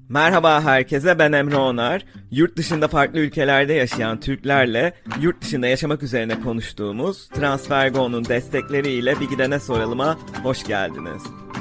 Merhaba herkese, ben Emre Onar. Yurt dışında farklı ülkelerde yaşayan Türklerle yurt dışında yaşamak üzerine konuştuğumuz TransferGo'nun destekleriyle Bir Gidene Soralıma hoş geldiniz.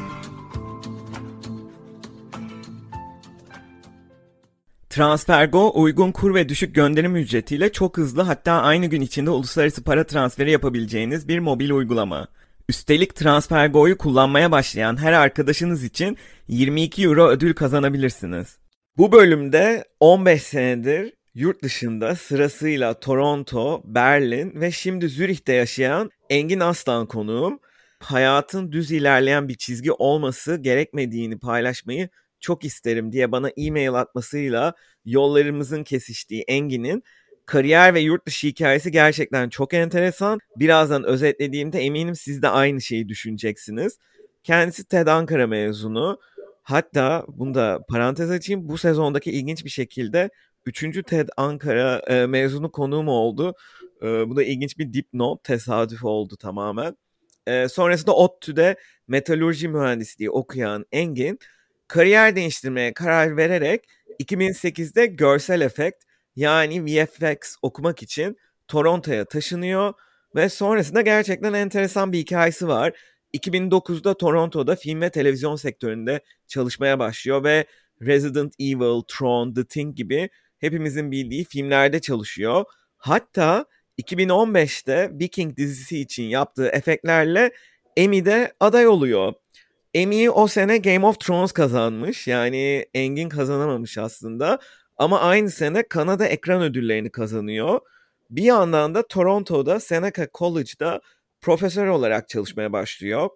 TransferGo uygun kur ve düşük gönderim ücretiyle çok hızlı, hatta aynı gün içinde uluslararası para transferi yapabileceğiniz bir mobil uygulama. Üstelik TransferGo'yu kullanmaya başlayan her arkadaşınız için 22 euro ödül kazanabilirsiniz. Bu bölümde 15 senedir yurt dışında sırasıyla Toronto, Berlin ve şimdi Zürih'te yaşayan Engin Aslan konuğum. Hayatın düz ilerleyen bir çizgi olması gerekmediğini paylaşmayı çok isterim diye bana e-mail atmasıyla yollarımızın kesiştiği Engin'in kariyer ve yurt dışı hikayesi gerçekten çok enteresan. Birazdan özetlediğimde eminim siz de aynı şeyi düşüneceksiniz. Kendisi TED Ankara mezunu. Hatta bunu da parantez açayım. Bu sezondaki ilginç bir şekilde 3. TED Ankara mezunu konuğum oldu. Bu da ilginç bir dipnot, tesadüf oldu tamamen. Sonrasında ODTÜ'de metalurji mühendisliği okuyan Engin, kariyer değiştirmeye karar vererek 2008'de görsel efekt yani VFX okumak için Toronto'ya taşınıyor ve sonrasında gerçekten enteresan bir hikayesi var. 2009'da Toronto'da film ve televizyon sektöründe çalışmaya başlıyor ve Resident Evil, Tron, The Thing gibi hepimizin bildiği filmlerde çalışıyor. Hatta 2015'te Viking dizisi için yaptığı efektlerle Emmy'de aday oluyor. Emmy'yi o sene Game of Thrones kazanmış. Yani Engin kazanamamış aslında. Ama aynı sene Kanada ekran ödüllerini kazanıyor. Bir yandan da Toronto'da Seneca College'da profesör olarak çalışmaya başlıyor.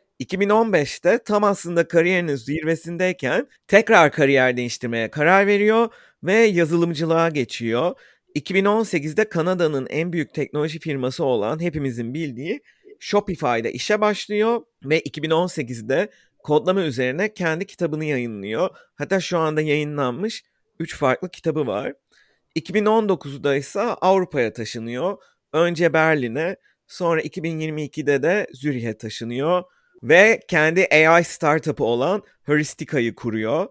2015'te tam aslında kariyerinin zirvesindeyken tekrar kariyer değiştirmeye karar veriyor ve yazılımcılığa geçiyor. 2018'de Kanada'nın en büyük teknoloji firması olan hepimizin bildiği Shopify'da işe başlıyor ve 2018'de kodlama üzerine kendi kitabını yayınlıyor. Hatta şu anda yayınlanmış 3 farklı kitabı var. 2019'da ise Avrupa'ya taşınıyor. Önce Berlin'e, sonra 2022'de de Zürih'e taşınıyor ve kendi AI startup'ı olan Heuristica'yı kuruyor.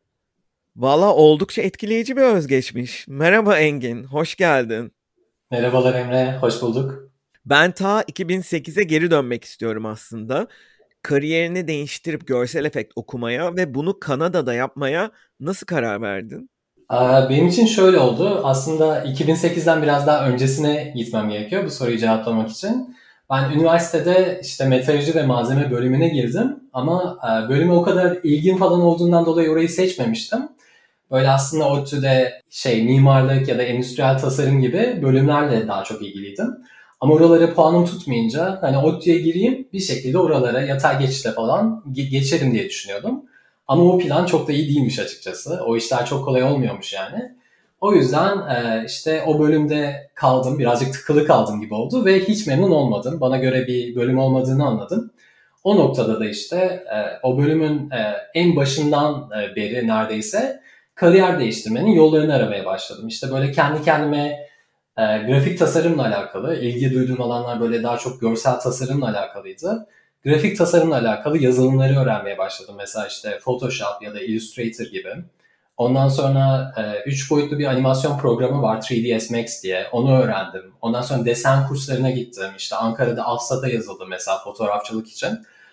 Valla oldukça etkileyici bir özgeçmiş. Merhaba Engin, hoş geldin. Merhabalar Emre, hoş bulduk. Ben ta 2008'e geri dönmek istiyorum aslında. Kariyerini değiştirip görsel efekt okumaya ve bunu Kanada'da yapmaya nasıl karar verdin? Benim için şöyle oldu. Aslında 2008'den biraz daha öncesine gitmem gerekiyor bu soruyu cevaplamak için. Ben üniversitede işte metalurji ve malzeme bölümüne girdim. Ama bölüme o kadar ilgim falan olduğundan dolayı orayı seçmemiştim. Böyle aslında ODTÜ'de mimarlık ya da endüstriyel tasarım gibi bölümlerle daha çok ilgiliydim. Ama oralara puanım tutmayınca hani ODTÜ'ye gireyim bir şekilde oralara yatay geçişle falan geçerim diye düşünüyordum. Ama o plan çok da iyi değilmiş açıkçası. O işler çok kolay olmuyormuş yani. O yüzden işte o bölümde kaldım. Birazcık tıkılı kaldım gibi oldu ve hiç memnun olmadım. Bana göre bir bölüm olmadığını anladım. O noktada da işte o bölümün en başından beri neredeyse kariyer değiştirmenin yollarını aramaya başladım. İşte böyle kendi kendime grafik tasarımla alakalı, ilgi duyduğum alanlar böyle daha çok görsel tasarımla alakalıydı. Grafik tasarımla alakalı yazılımları öğrenmeye başladım. Mesela işte Photoshop ya da Illustrator gibi. Ondan sonra 3 boyutlu bir animasyon programı var 3ds Max diye. Onu öğrendim. Ondan sonra desen kurslarına gittim. İşte Ankara'da Afsat'a yazıldım mesela fotoğrafçılık için.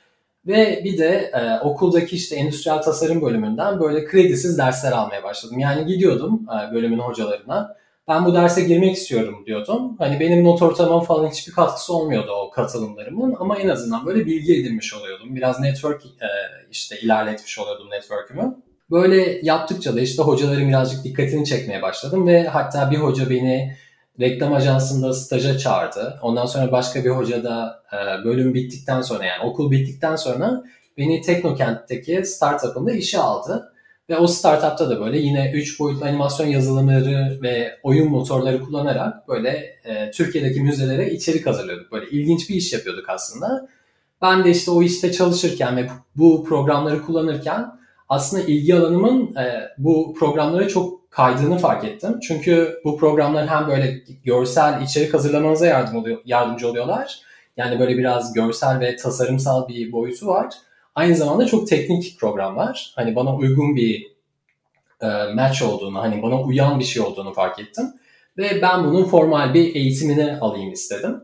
Ve bir de okuldaki işte endüstriyel tasarım bölümünden böyle kredisiz dersler almaya başladım. Yani gidiyordum bölümün hocalarına. Ben bu derse girmek istiyorum diyordum. Hani benim not ortalamam falan hiçbir katkısı olmuyordu o katılımlarımın ama en azından böyle bilgi edinmiş oluyordum. Biraz network işte ilerletmiş oluyordum network'ümü. Böyle yaptıkça da işte hocaların birazcık dikkatini çekmeye başladım ve hatta bir hoca beni reklam ajansında staja çağırdı. Ondan sonra başka bir hoca da bölüm bittikten sonra yani okul bittikten sonra beni Teknokent'teki startup'ında işe aldı. Ve o startup'ta da böyle yine 3 boyutlu animasyon yazılımları ve oyun motorları kullanarak böyle Türkiye'deki müzelere içerik hazırlıyorduk. Böyle ilginç bir iş yapıyorduk aslında. Ben de işte o işte çalışırken ve bu programları kullanırken aslında ilgi alanımın bu programlara çok kaydığını fark ettim. Çünkü bu programlar hem böyle görsel içerik hazırlamanıza yardımcı oluyorlar. Yani böyle biraz görsel ve tasarımsal bir boyutu var. Aynı zamanda çok teknik programlar. Hani bana uygun bir match olduğunu, hani bana uyan bir şey olduğunu fark ettim. Ve ben bunun formal bir eğitimini alayım istedim.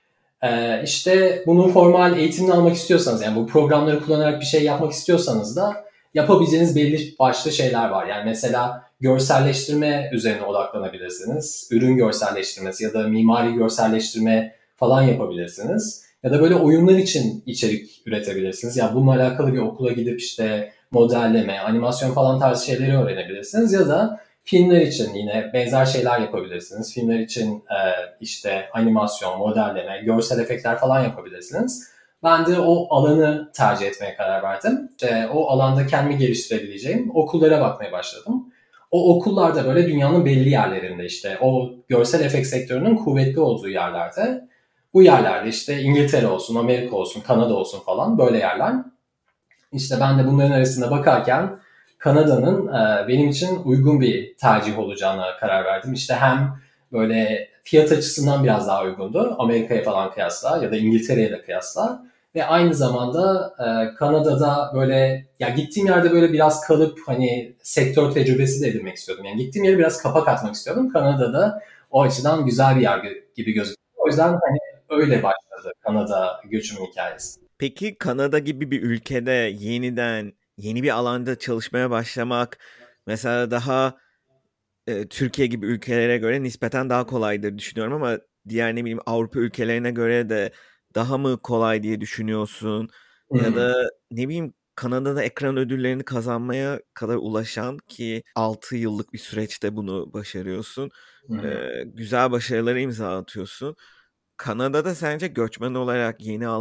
İşte bunun formal eğitimini almak istiyorsanız, yani bu programları kullanarak bir şey yapmak istiyorsanız da yapabileceğiniz belli başlı şeyler var. Yani mesela görselleştirme üzerine odaklanabilirsiniz. Ürün görselleştirmesi ya da mimari görselleştirme falan yapabilirsiniz. Ya da böyle oyunlar için içerik üretebilirsiniz. Yani bununla alakalı bir okula gidip işte modelleme, animasyon falan tarzı şeyleri öğrenebilirsiniz. Ya da filmler için yine benzer şeyler yapabilirsiniz. Filmler için işte animasyon, modelleme, görsel efektler falan yapabilirsiniz. Ben de o alanı tercih etmeye karar verdim. İşte o alanda kendimi geliştirebileceğim okullara bakmaya başladım. O okullarda böyle dünyanın belli yerlerinde, işte o görsel efekt sektörünün kuvvetli olduğu yerlerde, bu yerlerde işte İngiltere olsun, Amerika olsun, Kanada olsun falan, böyle yerler. İşte ben de bunların arasında bakarken Kanada'nın benim için uygun bir tercih olacağına karar verdim. İşte hem böyle fiyat açısından biraz daha uygundu Amerika'ya falan kıyasla ya da İngiltere'ye de kıyasla. Ve aynı zamanda Kanada'da böyle, ya gittiğim yerde böyle biraz kalıp hani sektör tecrübesi de edinmek istiyordum. Yani gittiğim yere biraz kapak atmak istiyordum. Kanada'da o açıdan güzel bir yer gibi gözüküyor. O yüzden hani öyle başladı Kanada göçümün hikayesi. Peki Kanada gibi bir ülkede yeniden yeni bir alanda çalışmaya başlamak mesela daha Türkiye gibi ülkelere göre nispeten daha kolaydır düşünüyorum ama diğer ne bileyim Avrupa ülkelerine göre de daha mı kolay diye düşünüyorsun? Hı Ya hı. da ne bileyim Kanada'da ekran ödüllerini kazanmaya kadar ulaşan ki 6 yıllık bir süreçte bunu başarıyorsun. Hı hı. Güzel başarılara imza atıyorsun. Kanada'da sence göçmen olarak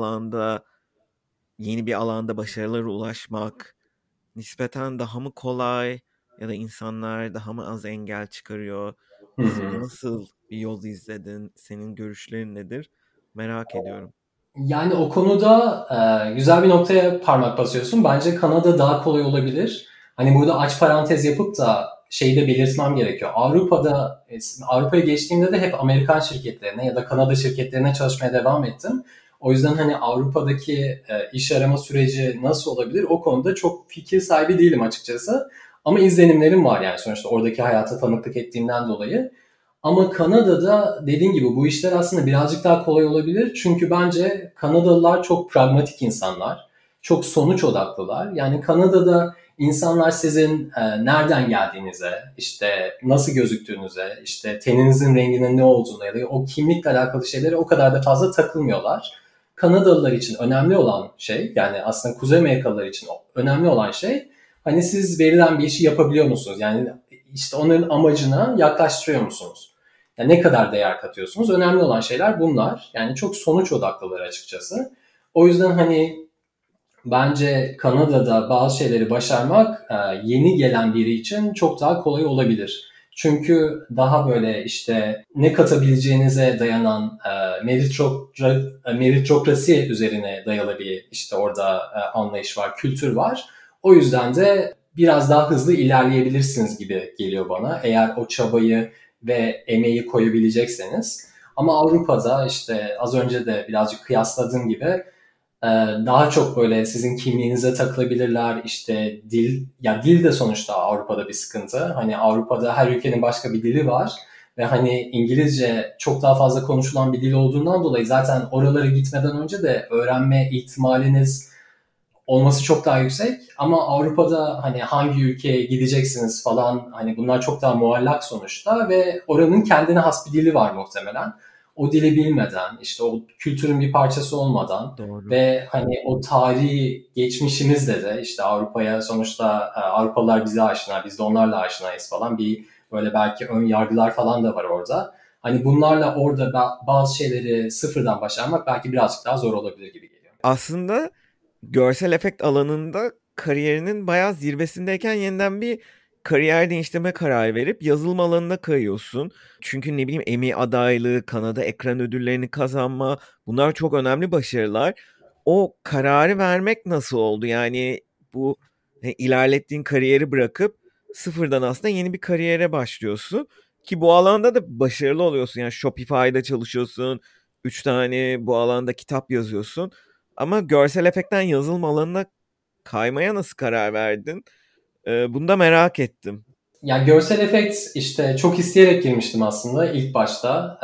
yeni bir alanda başarılara ulaşmak nispeten daha mı kolay ya da insanlar daha mı az engel çıkarıyor? Hı hı. Nasıl bir yol izledin? Senin görüşlerin nedir? Merak ediyorum. Yani o konuda güzel bir noktaya parmak basıyorsun. Bence Kanada daha kolay olabilir. Hani burada aç parantez yapıp da şeyi de belirtmem gerekiyor. Avrupa'ya geçtiğimde de hep Amerikan şirketlerine ya da Kanada şirketlerine çalışmaya devam ettim. O yüzden hani Avrupa'daki iş arama süreci nasıl olabilir, o konuda çok fikir sahibi değilim açıkçası. Ama izlenimlerim var, yani sonuçta oradaki hayata tanıklık ettiğimden dolayı. Ama Kanada'da dediğin gibi bu işler aslında birazcık daha kolay olabilir. Çünkü bence Kanadalılar çok pragmatik insanlar. Çok sonuç odaklılar. Yani Kanada'da insanlar sizin nereden geldiğinize, işte nasıl gözüktüğünüze, işte teninizin renginin ne olduğuna ya da o kimlikle alakalı şeylere o kadar da fazla takılmıyorlar. Kanadalılar için önemli olan şey, yani aslında Kuzey Amerikalılar için önemli olan şey, hani siz verilen bir işi yapabiliyor musunuz? Yani işte onların amacına yaklaştırıyor musunuz? Yani ne kadar değer katıyorsunuz? Önemli olan şeyler bunlar. Yani çok sonuç odaklılar açıkçası. O yüzden hani bence Kanada'da bazı şeyleri başarmak yeni gelen biri için çok daha kolay olabilir. Çünkü daha böyle işte ne katabileceğinize dayanan meritokrasi üzerine dayalı bir işte orada anlayış var, kültür var. O yüzden de biraz daha hızlı ilerleyebilirsiniz gibi geliyor bana. Eğer o çabayı ve emeği koyabilecekseniz. Ama Avrupa'da işte az önce de birazcık kıyasladığım gibi ee, daha çok böyle sizin kimliğinize takılabilirler. İşte dil, ya dil de sonuçta Avrupa'da bir sıkıntı. Hani Avrupa'da her ülkenin başka bir dili var ve hani İngilizce çok daha fazla konuşulan bir dil olduğundan dolayı zaten oralara gitmeden önce de öğrenme ihtimaliniz olması çok daha yüksek. Ama Avrupa'da hani hangi ülkeye gideceksiniz falan, hani bunlar çok daha muallak sonuçta ve oranın kendine has bir dili var muhtemelen. O dili bilmeden, işte o kültürün bir parçası olmadan Doğru. ve hani o tarihi geçmişimizde de işte Avrupa'ya sonuçta Avrupalılar bize aşina, biz de onlarla aşinayız falan, bir böyle belki ön yargılar falan da var orada. Hani bunlarla orada bazı şeyleri sıfırdan başarmak belki birazcık daha zor olabilir gibi geliyor. Aslında görsel efekt alanında kariyerinin bayağı zirvesindeyken yeniden bir kariyer değiştirme kararı verip yazılım alanına kayıyorsun. Çünkü ne bileyim Emmy adaylığı, Kanada ekran ödüllerini kazanma bunlar çok önemli başarılar. O kararı vermek nasıl oldu? Yani bu ilerlettiğin kariyeri bırakıp sıfırdan aslında yeni bir kariyere başlıyorsun. Ki bu alanda da başarılı oluyorsun. Yani Shopify'da çalışıyorsun. 3 tane bu alanda kitap yazıyorsun. Ama görsel efektten yazılım alanına kaymaya nasıl karar verdin? Bunu da merak ettim. Ya görsel efekt işte çok isteyerek girmiştim aslında ilk başta.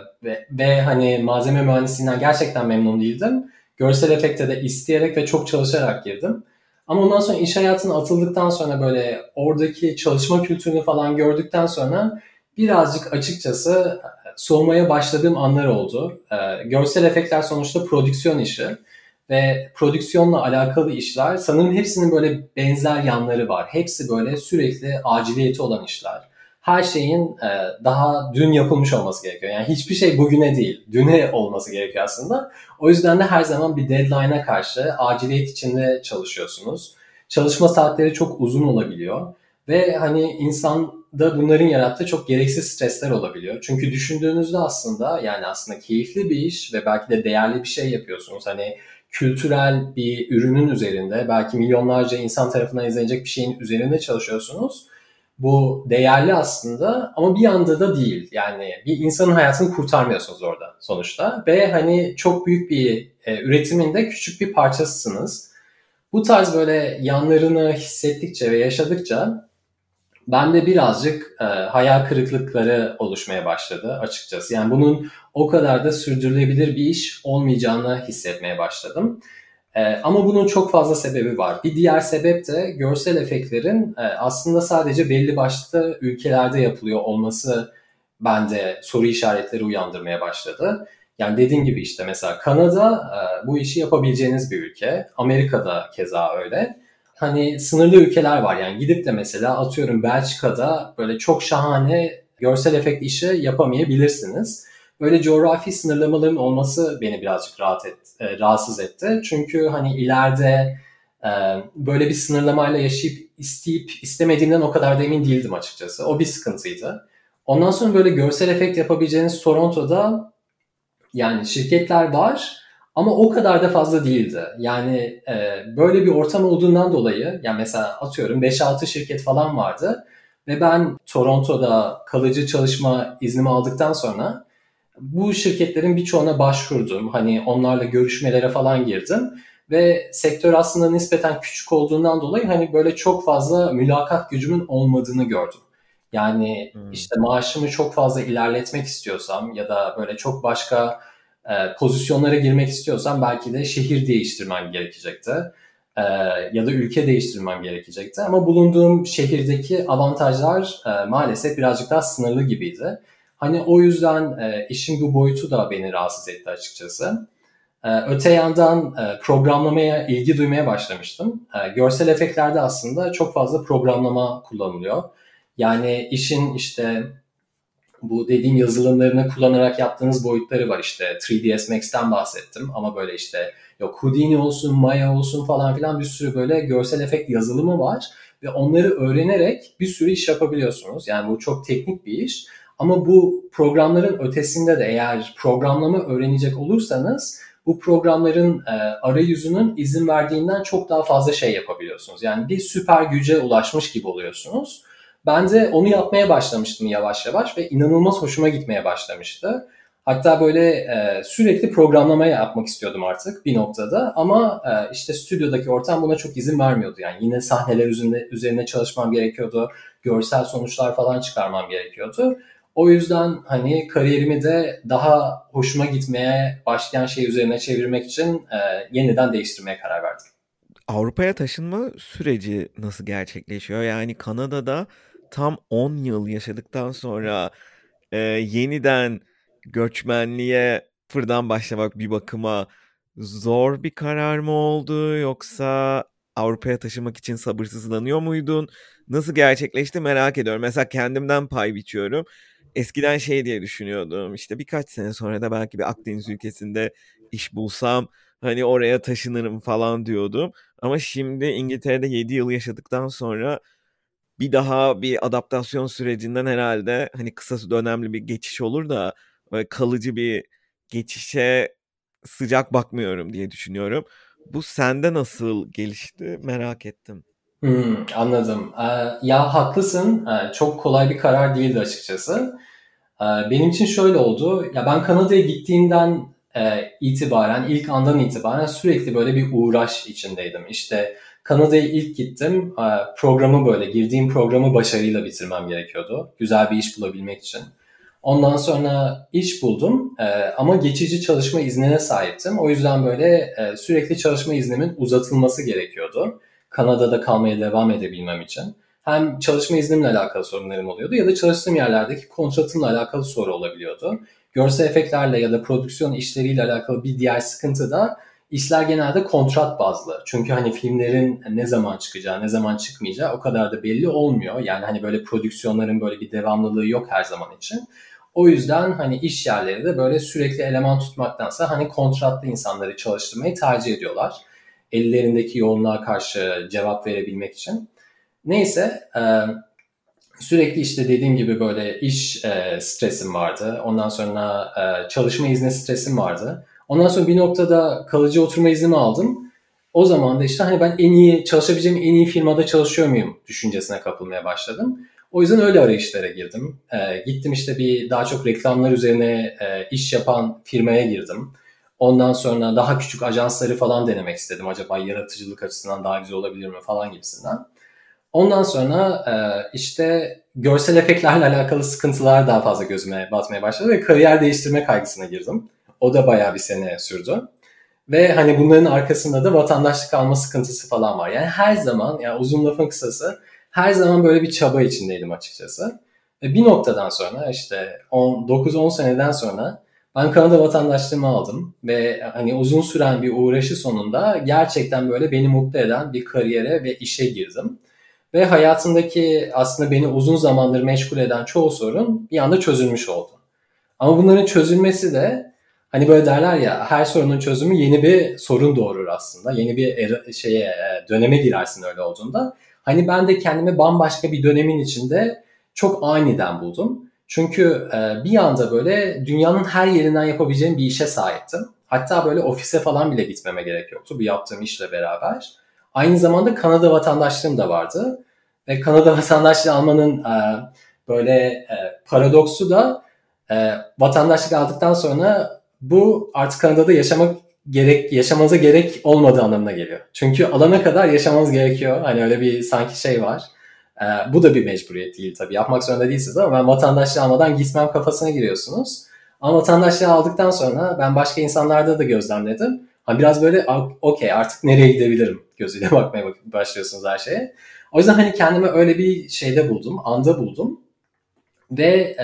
Ve hani malzeme mühendisliğinden gerçekten memnun değildim. Görsel efekte de isteyerek ve çok çalışarak girdim. Ama ondan sonra iş hayatına atıldıktan sonra böyle oradaki çalışma kültürünü falan gördükten sonra birazcık açıkçası soğumaya başladığım anlar oldu. Görsel efektler sonuçta prodüksiyon işi ve prodüksiyonla alakalı işler sanırım hepsinin böyle benzer yanları var. Hepsi böyle sürekli aciliyeti olan işler. Her şeyin daha dün yapılmış olması gerekiyor. Yani hiçbir şey bugüne değil, düne olması gerekiyor aslında. O yüzden de her zaman bir deadline'a karşı aciliyet içinde çalışıyorsunuz. Çalışma saatleri çok uzun olabiliyor. Ve hani insanda bunların yarattığı çok gereksiz stresler olabiliyor. Çünkü düşündüğünüzde aslında yani aslında keyifli bir iş ve belki de değerli bir şey yapıyorsunuz. Hani kültürel bir ürünün üzerinde belki milyonlarca insan tarafından izlenecek bir şeyin üzerinde çalışıyorsunuz. Bu değerli aslında ama bir yanda da değil. Yani bir insanın hayatını kurtarmıyorsunuz orada sonuçta. Ve hani çok büyük bir üretimin de küçük bir parçasısınız. Bu tarz böyle yanlarını hissettikçe ve yaşadıkça bende birazcık hayal kırıklıkları oluşmaya başladı açıkçası. Yani bunun o kadar da sürdürülebilir bir iş olmayacağını hissetmeye başladım. Ama bunun çok fazla sebebi var. Bir diğer sebep de görsel efektlerin aslında sadece belli başlı ülkelerde yapılıyor olması bende soru işaretleri uyandırmaya başladı. Yani dediğim gibi işte mesela Kanada bu işi yapabileceğiniz bir ülke. Amerika'da keza öyle. Hani sınırlı ülkeler var yani gidip de mesela atıyorum Belçika'da böyle çok şahane görsel efekt işi yapamayabilirsiniz. Böyle coğrafi sınırlamaların olması beni birazcık rahatsız etti. Çünkü hani ileride e, böyle bir sınırlamayla yaşayıp isteyip istemediğimden o kadar da emin değildim açıkçası. O bir sıkıntıydı. Ondan sonra böyle görsel efekt yapabileceğiniz Toronto'da yani şirketler var ama o kadar da fazla değildi. Yani böyle bir ortam olduğundan dolayı yani mesela atıyorum 5-6 şirket falan vardı ve ben Toronto'da kalıcı çalışma iznimi aldıktan sonra bu şirketlerin birçoğuna başvurdum. Hani onlarla görüşmelere falan girdim ve sektör aslında nispeten küçük olduğundan dolayı hani böyle çok fazla mülakat gücümün olmadığını gördüm. Yani Hmm. işte maaşımı çok fazla ilerletmek istiyorsam ya da böyle çok başka pozisyonlara girmek istiyorsam belki de şehir değiştirmem gerekecekti. E, Ya da ülke değiştirmem gerekecekti. Ama bulunduğum şehirdeki avantajlar maalesef birazcık daha sınırlı gibiydi. Hani o yüzden işin bu boyutu da beni rahatsız etti açıkçası. Öte yandan programlamaya ilgi duymaya başlamıştım. Görsel efektlerde aslında çok fazla programlama kullanılıyor. Yani işin işte bu dediğim yazılımlarını kullanarak yaptığınız boyutları var işte 3ds Max'ten bahsettim ama böyle işte yok Houdini olsun, Maya olsun falan filan bir sürü böyle görsel efekt yazılımı var ve onları öğrenerek bir sürü iş yapabiliyorsunuz. Yani bu çok teknik bir iş ama bu programların ötesinde de eğer programlama öğrenecek olursanız bu programların arayüzünün izin verdiğinden çok daha fazla şey yapabiliyorsunuz. Yani bir süper güce ulaşmış gibi oluyorsunuz. Ben de onu yapmaya başlamıştım yavaş yavaş ve inanılmaz hoşuma gitmeye başlamıştı. Hatta böyle sürekli programlamaya yapmak istiyordum artık bir noktada ama işte stüdyodaki ortam buna çok izin vermiyordu. Yani yine sahneler üzerine çalışmam gerekiyordu, görsel sonuçlar falan çıkarmam gerekiyordu. O yüzden hani kariyerimi de daha hoşuma gitmeye başlayan şey üzerine çevirmek için yeniden değiştirmeye karar verdim. Avrupa'ya taşınma süreci nasıl gerçekleşiyor? Yani Kanada'da tam 10 yıl yaşadıktan sonra yeniden göçmenliğe fırdan başlamak bir bakıma zor bir karar mı oldu yoksa Avrupa'ya taşımak için sabırsızlanıyor muydun? Nasıl gerçekleşti merak ediyorum. Mesela kendimden pay biçiyorum. Eskiden şey diye düşünüyordum. İşte birkaç sene sonra da belki bir Akdeniz ülkesinde iş bulsam hani oraya taşınırım falan diyordum. Ama şimdi İngiltere'de 7 yıl yaşadıktan sonra bir daha bir adaptasyon sürecinden herhalde hani kısa dönemli bir geçiş olur da böyle kalıcı bir geçişe sıcak bakmıyorum diye düşünüyorum. Bu sende nasıl gelişti merak ettim. Anladım. Ya haklısın. Çok kolay bir karar değildi açıkçası. Benim için şöyle oldu. Ya ben Kanada'ya gittiğimden itibaren, ilk andan itibaren sürekli böyle bir uğraş içindeydim. İşte Kanada'ya ilk gittim. Programı böyle girdiğim programı başarıyla bitirmem gerekiyordu. Güzel bir iş bulabilmek için. Ondan sonra iş buldum ama geçici çalışma iznine sahiptim. O yüzden böyle sürekli çalışma iznimin uzatılması gerekiyordu. Kanada'da kalmaya devam edebilmem için. Hem çalışma iznimle alakalı sorunlarım oluyordu ya da çalıştığım yerlerdeki kontratımla alakalı soru olabiliyordu. Görsel efektlerle ya da prodüksiyon işleriyle alakalı bir diğer sıkıntı da işler genelde kontrat bazlı. Çünkü hani filmlerin ne zaman çıkacağı, ne zaman çıkmayacağı o kadar da belli olmuyor. Yani hani böyle prodüksiyonların böyle bir devamlılığı yok her zaman için. O yüzden hani iş yerleri de böyle sürekli eleman tutmaktansa hani kontratlı insanları çalıştırmayı tercih ediyorlar. Ellerindeki yoğunluğa karşı cevap verebilmek için. Neyse sürekli işte dediğim gibi böyle iş stresim vardı. Ondan sonra çalışma izni stresim vardı. Ondan sonra bir noktada kalıcı oturma iznimi aldım. O zaman da işte hani ben en iyi çalışabileceğim en iyi firmada çalışıyor muyum düşüncesine kapılmaya başladım. O yüzden öyle arayışlara girdim. Gittim işte bir daha çok reklamlar üzerine iş yapan firmaya girdim. Ondan sonra daha küçük ajansları falan denemek istedim. Acaba yaratıcılık açısından daha güzel olabilir mi falan gibisinden. Ondan sonra işte görsel efektlerle alakalı sıkıntılar daha fazla gözüme batmaya başladı ve kariyer değiştirme kaygısına girdim. O da bayağı bir sene sürdü. Ve hani bunların arkasında da vatandaşlık alma sıkıntısı falan var. Yani her zaman, yani uzun lafın kısası, her zaman böyle bir çaba içindeydim açıkçası. Ve bir noktadan sonra işte 9-10 seneden sonra ben Kanada vatandaşlığımı aldım. Ve hani uzun süren bir uğraşı sonunda gerçekten böyle beni mutlu eden bir kariyere ve işe girdim. Ve hayatımdaki aslında beni uzun zamandır meşgul eden çoğu sorun bir anda çözülmüş oldu. Ama bunların çözülmesi de hani böyle derler ya, her sorunun çözümü yeni bir sorun doğurur aslında. Yeni bir döneme girersin öyle olduğunda. Hani ben de kendimi bambaşka bir dönemin içinde çok aniden buldum. Çünkü bir anda böyle dünyanın her yerinden yapabileceğim bir işe sahiptim. Hatta böyle ofise falan bile gitmeme gerek yoktu bu yaptığım işle beraber. Aynı zamanda Kanada vatandaşlığım da vardı. Ve Kanada vatandaşlığı almanın paradoksu da vatandaşlık aldıktan sonra bu artık Kanada'da yaşamanıza gerek olmadığı anlamına geliyor. Çünkü alana kadar yaşamanız gerekiyor. Hani öyle bir sanki şey var. Bu da bir mecburiyet değil tabii. Yapmak zorunda değilsiniz ama ben vatandaşlığı almadan gitmem kafasına giriyorsunuz. Ama vatandaşlığı aldıktan sonra ben başka insanlarda da gözlemledim. Hani biraz böyle okey artık nereye gidebilirim gözüyle bakmaya başlıyorsunuz her şeye. O yüzden hani kendimi öyle bir şeyde buldum, anda buldum. Ve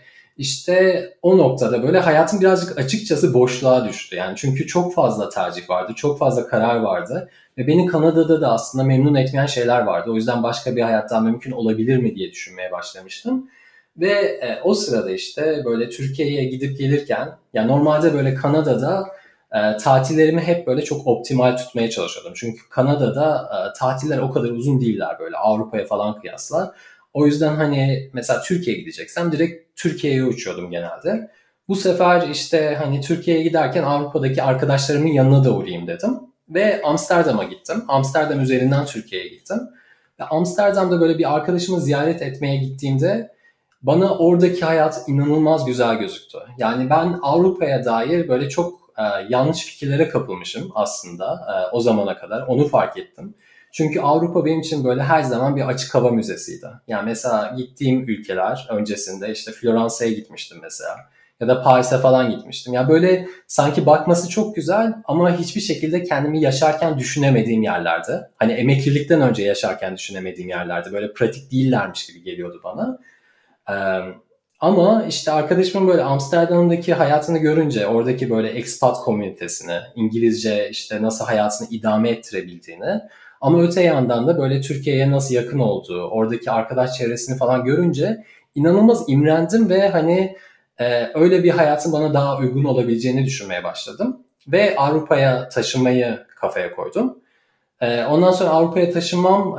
işte o noktada böyle hayatım birazcık açıkçası boşluğa düştü. Yani çünkü çok fazla tercih vardı, çok fazla karar vardı. Ve beni Kanada'da da aslında memnun etmeyen şeyler vardı. O yüzden başka bir hayattan mümkün olabilir mi diye düşünmeye başlamıştım. Ve o sırada işte böyle Türkiye'ye gidip gelirken, ya normalde böyle Kanada'da tatillerimi hep böyle çok optimal tutmaya çalışıyordum. Çünkü Kanada'da tatiller o kadar uzun değiller böyle Avrupa'ya falan kıyasla. O yüzden hani mesela Türkiye'ye gideceksem direkt Türkiye'ye uçuyordum genelde. Bu sefer işte hani Türkiye'ye giderken Avrupa'daki arkadaşlarımın yanına da uğrayayım dedim. Ve Amsterdam'a gittim. Amsterdam üzerinden Türkiye'ye gittim. Ve Amsterdam'da böyle bir arkadaşımı ziyaret etmeye gittiğimde bana oradaki hayat inanılmaz güzel gözüktü. Yani ben Avrupa'ya dair böyle çok yanlış fikirlere kapılmışım aslında o zamana kadar. Onu fark ettim. Çünkü Avrupa benim için böyle her zaman bir açık hava müzesiydi. Yani mesela gittiğim ülkeler öncesinde işte Floransa'ya gitmiştim mesela. Ya da Paris'e falan gitmiştim. Ya böyle sanki bakması çok güzel ama hiçbir şekilde kendimi yaşarken düşünemediğim yerlerdi. Hani emeklilikten önce yaşarken düşünemediğim yerlerdi. Böyle pratik değillermiş gibi geliyordu bana. Ee, Ama işte arkadaşımın böyle Amsterdam'daki hayatını görünce oradaki böyle expat komünitesini, İngilizce işte nasıl hayatını idame ettirebildiğini ama öte yandan da böyle Türkiye'ye nasıl yakın olduğu, oradaki arkadaş çevresini falan görünce inanılmaz imrendim ve hani öyle bir hayatın bana daha uygun olabileceğini düşünmeye başladım. Ve Avrupa'ya taşınmayı kafaya koydum. Ondan sonra Avrupa'ya taşınmam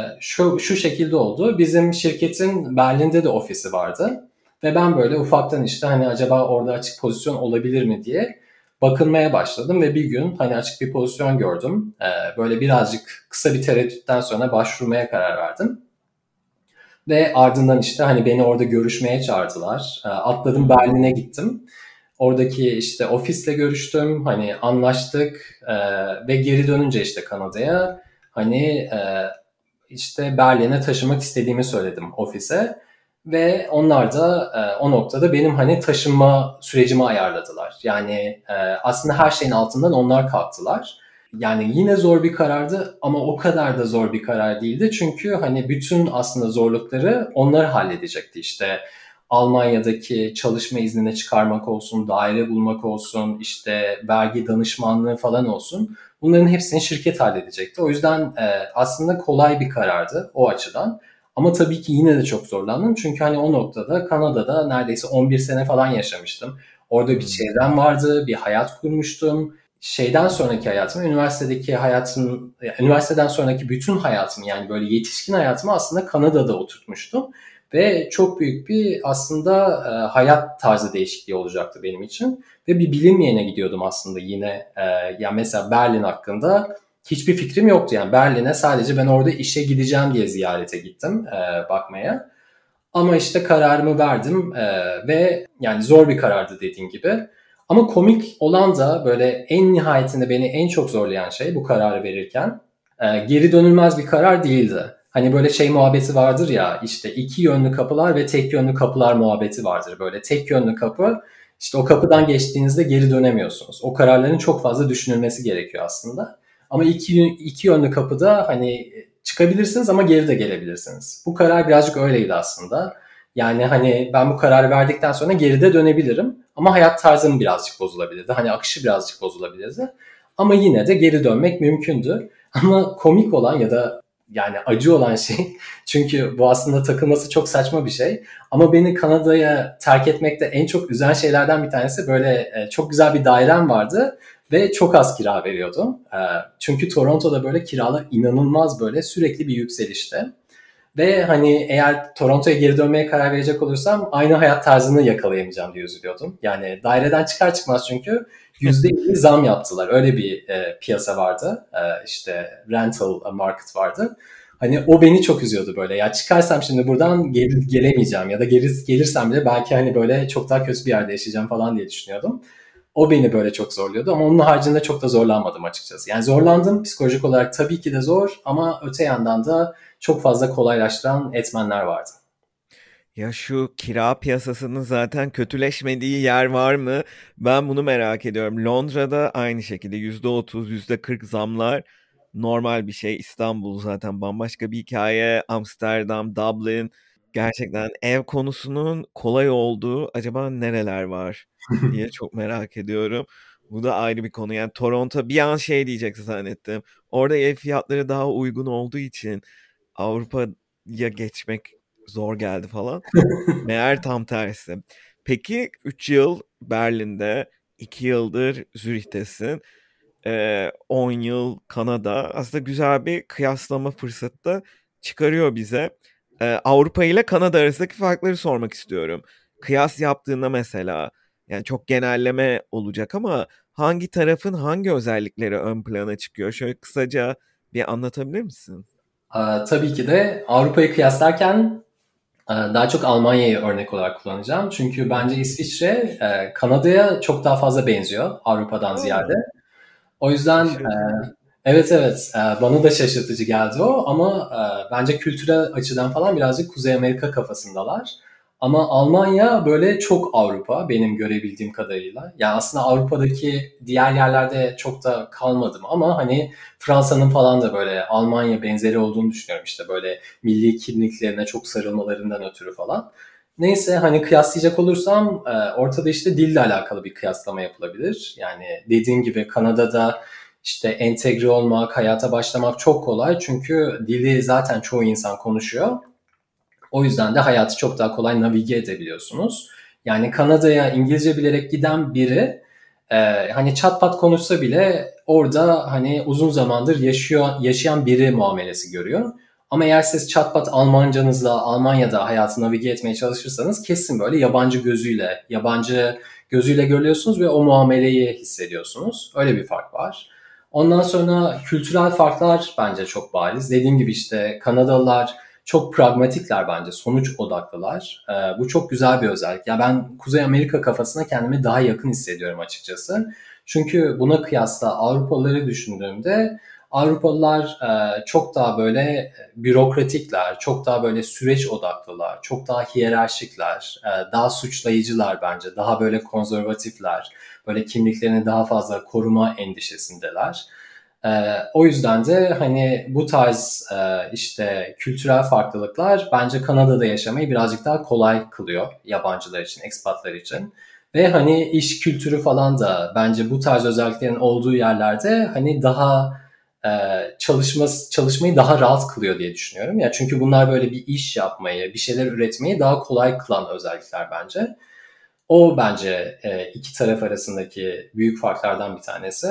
şu şekilde oldu. Bizim şirketin Berlin'de de ofisi vardı. Ve ben böyle ufaktan işte hani acaba orada açık pozisyon olabilir mi diye bakınmaya başladım. Ve bir gün hani açık bir pozisyon gördüm. Böyle birazcık kısa bir tereddütten sonra başvurmaya karar verdim. Ve ardından işte hani beni orada görüşmeye çağırdılar. Atladım Berlin'e gittim. Oradaki işte ofisle görüştüm, hani anlaştık ve geri dönünce işte Kanada'ya hani işte Berlin'e taşımak istediğimi söyledim ofise. Ve onlar da o noktada benim hani taşınma sürecimi ayarladılar. Yani aslında her şeyin altından onlar kalktılar. Yani yine zor bir karardı ama o kadar da zor bir karar değildi. Çünkü hani bütün aslında zorlukları onlar halledecekti. İşte Almanya'daki çalışma iznine çıkarmak olsun, daire bulmak olsun, işte vergi danışmanlığı falan olsun. Bunların hepsini şirket halledecekti. O yüzden aslında kolay bir karardı o açıdan. Ama tabii ki yine de çok zorlandım. Çünkü hani o noktada Kanada'da neredeyse 11 sene falan yaşamıştım. Orada bir Hmm. çevrem vardı, bir hayat kurmuştum. Şeyden sonraki hayatım, üniversitedeki hayatım, üniversiteden sonraki bütün hayatımı yani böyle yetişkin hayatımı aslında Kanada'da oturtmuştum. Ve çok büyük bir aslında hayat tarzı değişikliği olacaktı benim için. Ve bir bilinmeyene gidiyordum aslında yine. Yani mesela Berlin hakkında hiçbir fikrim yoktu. Yani Berlin'e sadece ben orada işe gideceğim diye ziyarete gittim bakmaya. Ama işte kararımı verdim ve yani zor bir karardı dediğim gibi. Ama komik olan da böyle en nihayetinde beni en çok zorlayan şey bu kararı verirken geri dönülmez bir karar değildi. Hani böyle şey muhabbeti vardır ya işte iki yönlü kapılar ve tek yönlü kapılar muhabbeti vardır. Böyle tek yönlü kapı işte o kapıdan geçtiğinizde geri dönemiyorsunuz. O kararların çok fazla düşünülmesi gerekiyor aslında. Ama iki yönlü kapıda hani çıkabilirsiniz ama geri de gelebilirsiniz. Bu karar birazcık öyleydi aslında. Yani hani ben bu kararı verdikten sonra geride dönebilirim ama hayat tarzım birazcık bozulabilirdi. Hani akışı birazcık bozulabilirdi. Ama yine de geri dönmek mümkündü. Ama komik olan ya da yani acı olan şey çünkü bu aslında takılması çok saçma bir şey. Ama beni Kanada'ya terk etmekte en çok üzen şeylerden bir tanesi böyle çok güzel bir dairem vardı ve çok az kira veriyordum. Çünkü Toronto'da böyle kiralar inanılmaz böyle sürekli bir yükselişte. Ve hani eğer Toronto'ya geri dönmeye karar verecek olursam aynı hayat tarzını yakalayamayacağım diye üzülüyordum. Yani daireden çıkar çıkmaz çünkü %50 zam yaptılar. Öyle bir piyasa vardı. İşte rental market vardı. Hani o beni çok üzüyordu böyle. Ya çıkarsam şimdi buradan gelemeyeceğim ya da gelirsem bile belki hani böyle çok daha kötü bir yerde yaşayacağım falan diye düşünüyordum. O beni böyle çok zorluyordu ama onun haricinde çok da zorlanmadım açıkçası. Yani zorlandım psikolojik olarak tabii ki de zor ama öte yandan da çok fazla kolaylaştıran etmenler vardı. Ya şu kira piyasasının zaten kötüleşmediği yer var mı? Ben bunu merak ediyorum. Londra'da aynı şekilde %30, %40 zamlar normal bir şey. İstanbul zaten bambaşka bir hikaye. Amsterdam, Dublin. Gerçekten ev konusunun kolay olduğu acaba nereler var diye çok merak ediyorum. Bu da ayrı bir konu. Yani Toronto bir an şey diyeceksin zannettim. Orada ev fiyatları daha uygun olduğu için Avrupa'ya geçmek zor geldi falan. Meğer tam tersi. Peki 3 yıl Berlin'de, 2 yıldır Zürih'tesin. 10 yıl Kanada. Aslında güzel bir kıyaslama fırsatı da çıkarıyor bize. Avrupa ile Kanada arasındaki farkları sormak istiyorum. Kıyas yaptığında mesela, yani çok genelleme olacak ama hangi tarafın hangi özellikleri ön plana çıkıyor? Şöyle kısaca bir anlatabilir misin? Tabii ki de Avrupa'yı kıyaslarken daha çok Almanya'yı örnek olarak kullanacağım. Çünkü Hı bence hı. İsviçre Kanada'ya çok daha fazla benziyor Avrupa'dan ziyade. Aa, O yüzden şaşırtıcı. evet evet bana da şaşırtıcı geldi o ama bence kültürel açıdan falan birazcık Kuzey Amerika kafasındalar. Ama Almanya böyle çok Avrupa benim görebildiğim kadarıyla. Yani aslında Avrupa'daki diğer yerlerde çok da kalmadım ama hani Fransa'nın falan da böyle Almanya benzeri olduğunu düşünüyorum işte böyle milli kimliklerine çok sarılmalarından ötürü falan. Neyse hani kıyaslayacak olursam ortada işte dille alakalı bir kıyaslama yapılabilir. Yani dediğim gibi Kanada'da işte entegre olmak, hayata başlamak çok kolay. Çünkü dili zaten çoğu insan konuşuyor. O yüzden de hayatı çok daha kolay navige edebiliyorsunuz. Yani Kanada'ya İngilizce bilerek giden biri e, hani çat pat konuşsa bile orada hani uzun zamandır yaşayan biri muamelesi görüyor. Ama eğer siz çat pat Almancanızla Almanya'da hayatı navige etmeye çalışırsanız kesin böyle yabancı gözüyle görüyorsunuz ve o muameleyi hissediyorsunuz. Öyle bir fark var. Ondan sonra kültürel farklar bence çok bariz. Dediğim gibi işte Kanadalılar çok pragmatikler bence, sonuç odaklılar. Bu çok güzel bir özellik. Ya ben Kuzey Amerika kafasına kendimi daha yakın hissediyorum açıkçası. Çünkü buna kıyasla Avrupalıları düşündüğümde Avrupalılar çok daha böyle bürokratikler, çok daha böyle süreç odaklılar, çok daha hiyerarşikler, daha suçlayıcılar bence, daha böyle konservatifler, böyle kimliklerini daha fazla koruma endişesindeler. O yüzden de hani bu tarz işte kültürel farklılıklar bence Kanada'da yaşamayı birazcık daha kolay kılıyor yabancılar için, ekspatlar için. Ve hani iş kültürü falan da bence bu tarz özelliklerin olduğu yerlerde hani daha e, çalışmayı daha rahat kılıyor diye düşünüyorum. Ya çünkü bunlar böyle bir iş yapmayı, bir şeyler üretmeyi daha kolay kılan özellikler bence. O bence iki taraf arasındaki büyük farklardan bir tanesi.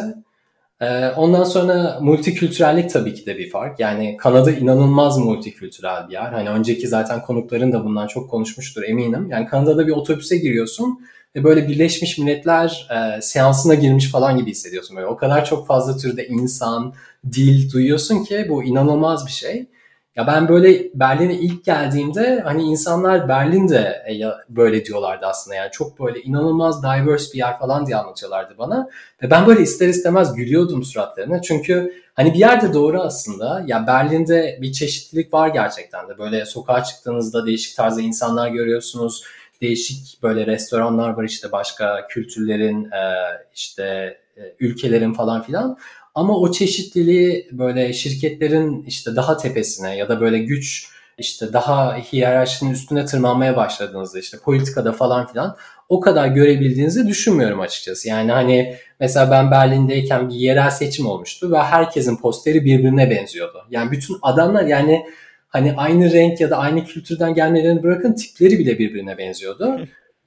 Ondan sonra multikültürellik tabii ki de bir fark. Yani Kanada inanılmaz multikültürel bir yer. Hani önceki zaten konukların da bundan çok konuşmuştur eminim. Yani Kanada'da bir otobüse giriyorsun ve böyle Birleşmiş Milletler seansına girmiş falan gibi hissediyorsun. Böyle o kadar çok fazla türde insan, dil duyuyorsun ki bu inanılmaz bir şey. Ya ben böyle Berlin'e ilk geldiğimde hani insanlar Berlin'de böyle diyorlardı aslında. Yani çok böyle inanılmaz diverse bir yer falan diye anlatıyorlardı bana. Ve ben böyle ister istemez gülüyordum suratlarına. Çünkü hani bir yerde doğru aslında. Ya Berlin'de bir çeşitlilik var gerçekten de. Böyle sokağa çıktığınızda değişik tarzda insanlar görüyorsunuz. Değişik böyle restoranlar var işte başka kültürlerin işte ülkelerin falan filan. Ama o çeşitliliği böyle şirketlerin işte daha tepesine ya da böyle güç işte daha hiyerarşinin üstüne tırmanmaya başladığınızda işte politikada falan filan o kadar görebildiğinizi düşünmüyorum açıkçası. Yani hani mesela ben Berlin'deyken bir yerel seçim olmuştu ve herkesin posteri birbirine benziyordu. Yani bütün adamlar yani hani aynı renk ya da aynı kültürden gelmelerini bırakın tipleri bile birbirine benziyordu.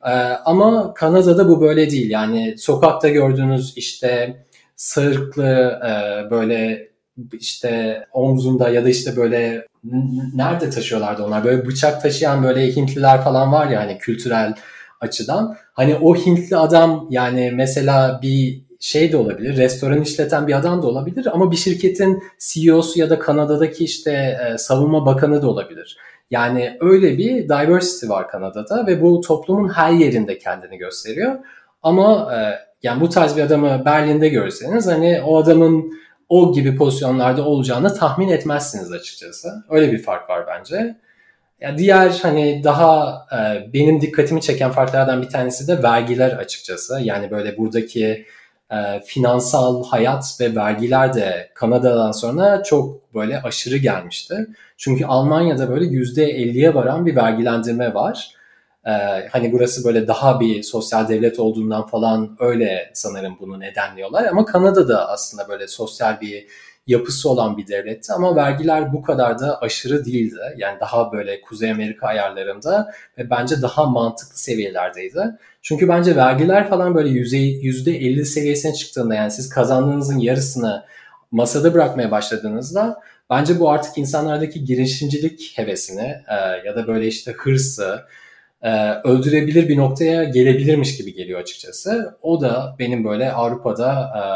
Ama Kanada'da bu böyle değil. Yani sokakta gördüğünüz işte sırıklı böyle işte omzunda ya da işte böyle nerede taşıyorlardı onlar? Böyle bıçak taşıyan böyle Hintliler falan var ya hani kültürel açıdan. Hani o Hintli adam yani mesela bir şey de olabilir, restoran işleten bir adam da olabilir ama bir şirketin CEO'su ya da Kanada'daki işte savunma bakanı da olabilir. Yani öyle bir diversity var Kanada'da ve bu toplumun her yerinde kendini gösteriyor. Ama yani bu tarz bir adamı Berlin'de görseniz hani o adamın o gibi pozisyonlarda olacağını tahmin etmezsiniz açıkçası. Öyle bir fark var bence. Ya diğer hani daha benim dikkatimi çeken farklardan bir tanesi de vergiler açıkçası. Yani böyle buradaki finansal hayat ve vergiler de Kanada'dan sonra çok böyle aşırı gelmişti. Çünkü Almanya'da böyle %50'ye varan bir vergilendirme var. Ee, Hani burası böyle daha bir sosyal devlet olduğundan falan öyle sanırım bunu nedenliyorlar. Ama Kanada'da aslında böyle sosyal bir yapısı olan bir devletti ama vergiler bu kadar da aşırı değildi. Yani daha böyle Kuzey Amerika ayarlarında ve bence daha mantıklı seviyelerdeydi. Çünkü bence vergiler falan böyle %50 seviyesine çıktığında yani siz kazandığınızın yarısını masada bırakmaya başladığınızda bence bu artık insanlardaki girişimcilik hevesini ya da böyle işte hırsı öldürebilir bir noktaya gelebilirmiş gibi geliyor açıkçası. O da benim böyle Avrupa'da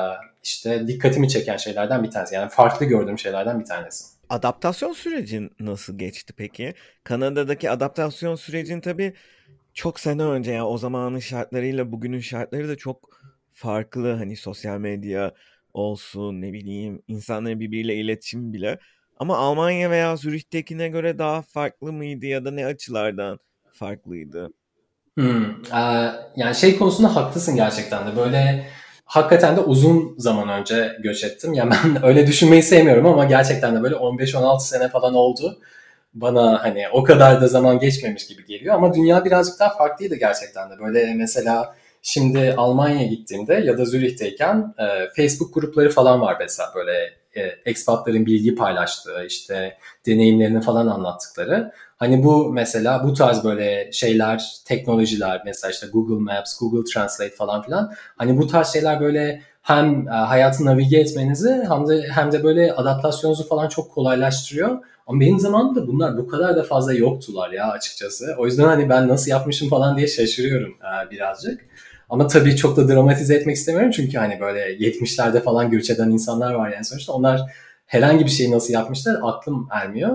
işte dikkatimi çeken şeylerden bir tanesi. Yani farklı gördüğüm şeylerden bir tanesi. Adaptasyon sürecin nasıl geçti peki? Kanada'daki adaptasyon sürecin tabii çok sene önce, ya o zamanın şartlarıyla bugünün şartları da çok farklı. Hani sosyal medya olsun, ne bileyim, insanların birbiriyle iletişim bile. Ama Almanya veya Zürih'tekine göre daha farklı mıydı ya da ne açılardan farklıydı? Hmm. Yani şey konusunda haklısın gerçekten de. Böyle hakikaten de uzun zaman önce göç ettim. Yani ben öyle düşünmeyi sevmiyorum ama gerçekten de böyle 15-16 sene falan oldu. Bana hani o kadar da zaman geçmemiş gibi geliyor ama dünya birazcık daha farklıydı gerçekten de. Böyle mesela şimdi Almanya'ya gittiğimde ya da Zürih'teyken Facebook grupları falan var mesela böyle expatların bilgi paylaştığı işte deneyimlerini falan anlattıkları. Hani bu mesela bu tarz böyle şeyler, teknolojiler mesela işte Google Maps, Google Translate falan filan. Hani bu tarz şeyler böyle hem hayatı navige etmenizi hem de böyle adaptasyonunuzu falan çok kolaylaştırıyor. Ama benim zamanımda bunlar bu kadar da fazla yoktular ya açıkçası. O yüzden hani ben nasıl yapmışım falan diye şaşırıyorum birazcık. Ama tabii çok da dramatize etmek istemiyorum çünkü hani böyle 70'lerde falan göç eden insanlar var yani sonuçta onlar herhangi bir şeyi nasıl yapmışlar aklım ermiyor.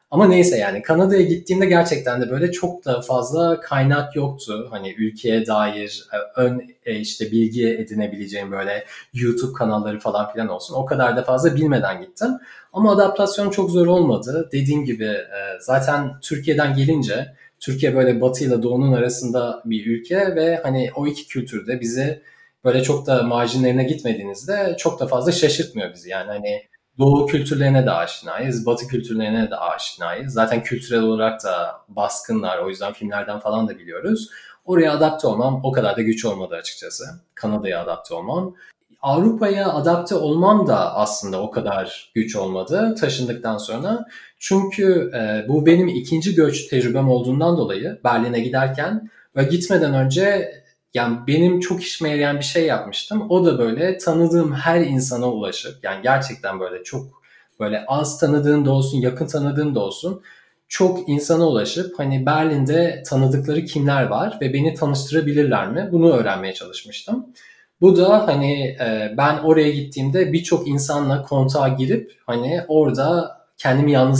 Ama neyse yani Kanada'ya gittiğimde gerçekten de böyle çok da fazla kaynak yoktu. Hani ülkeye dair işte bilgi edinebileceğim böyle YouTube kanalları falan filan olsun. O kadar da fazla bilmeden gittim. Ama adaptasyon çok zor olmadı. Dediğim gibi zaten Türkiye'den gelince Türkiye böyle Batı ile Doğu'nun arasında bir ülke ve hani o iki kültürde bizi böyle çok da marjinlerine gitmediğinizde çok da fazla şaşırtmıyor bizi. Yani hani Doğu kültürlerine de aşinayız, Batı kültürlerine de aşinayız. Zaten kültürel olarak da baskınlar, o yüzden filmlerden falan da biliyoruz. Oraya adapte olmam o kadar da güç olmadı açıkçası. Kanada'ya adapte olmam. Avrupa'ya adapte olmam da aslında o kadar güç olmadı taşındıktan sonra. Çünkü bu benim ikinci göç tecrübem olduğundan dolayı Berlin'e giderken ve gitmeden önce yani benim çok işime yarayan bir şey yapmıştım. O da böyle tanıdığım her insana ulaşıp yani gerçekten böyle çok böyle az tanıdığım da olsun, yakın tanıdığım da olsun çok insana ulaşıp hani Berlin'de tanıdıkları kimler var ve beni tanıştırabilirler mi? Bunu öğrenmeye çalışmıştım. Bu da hani ben oraya gittiğimde birçok insanla kontağa girip hani orada kendimi yalnız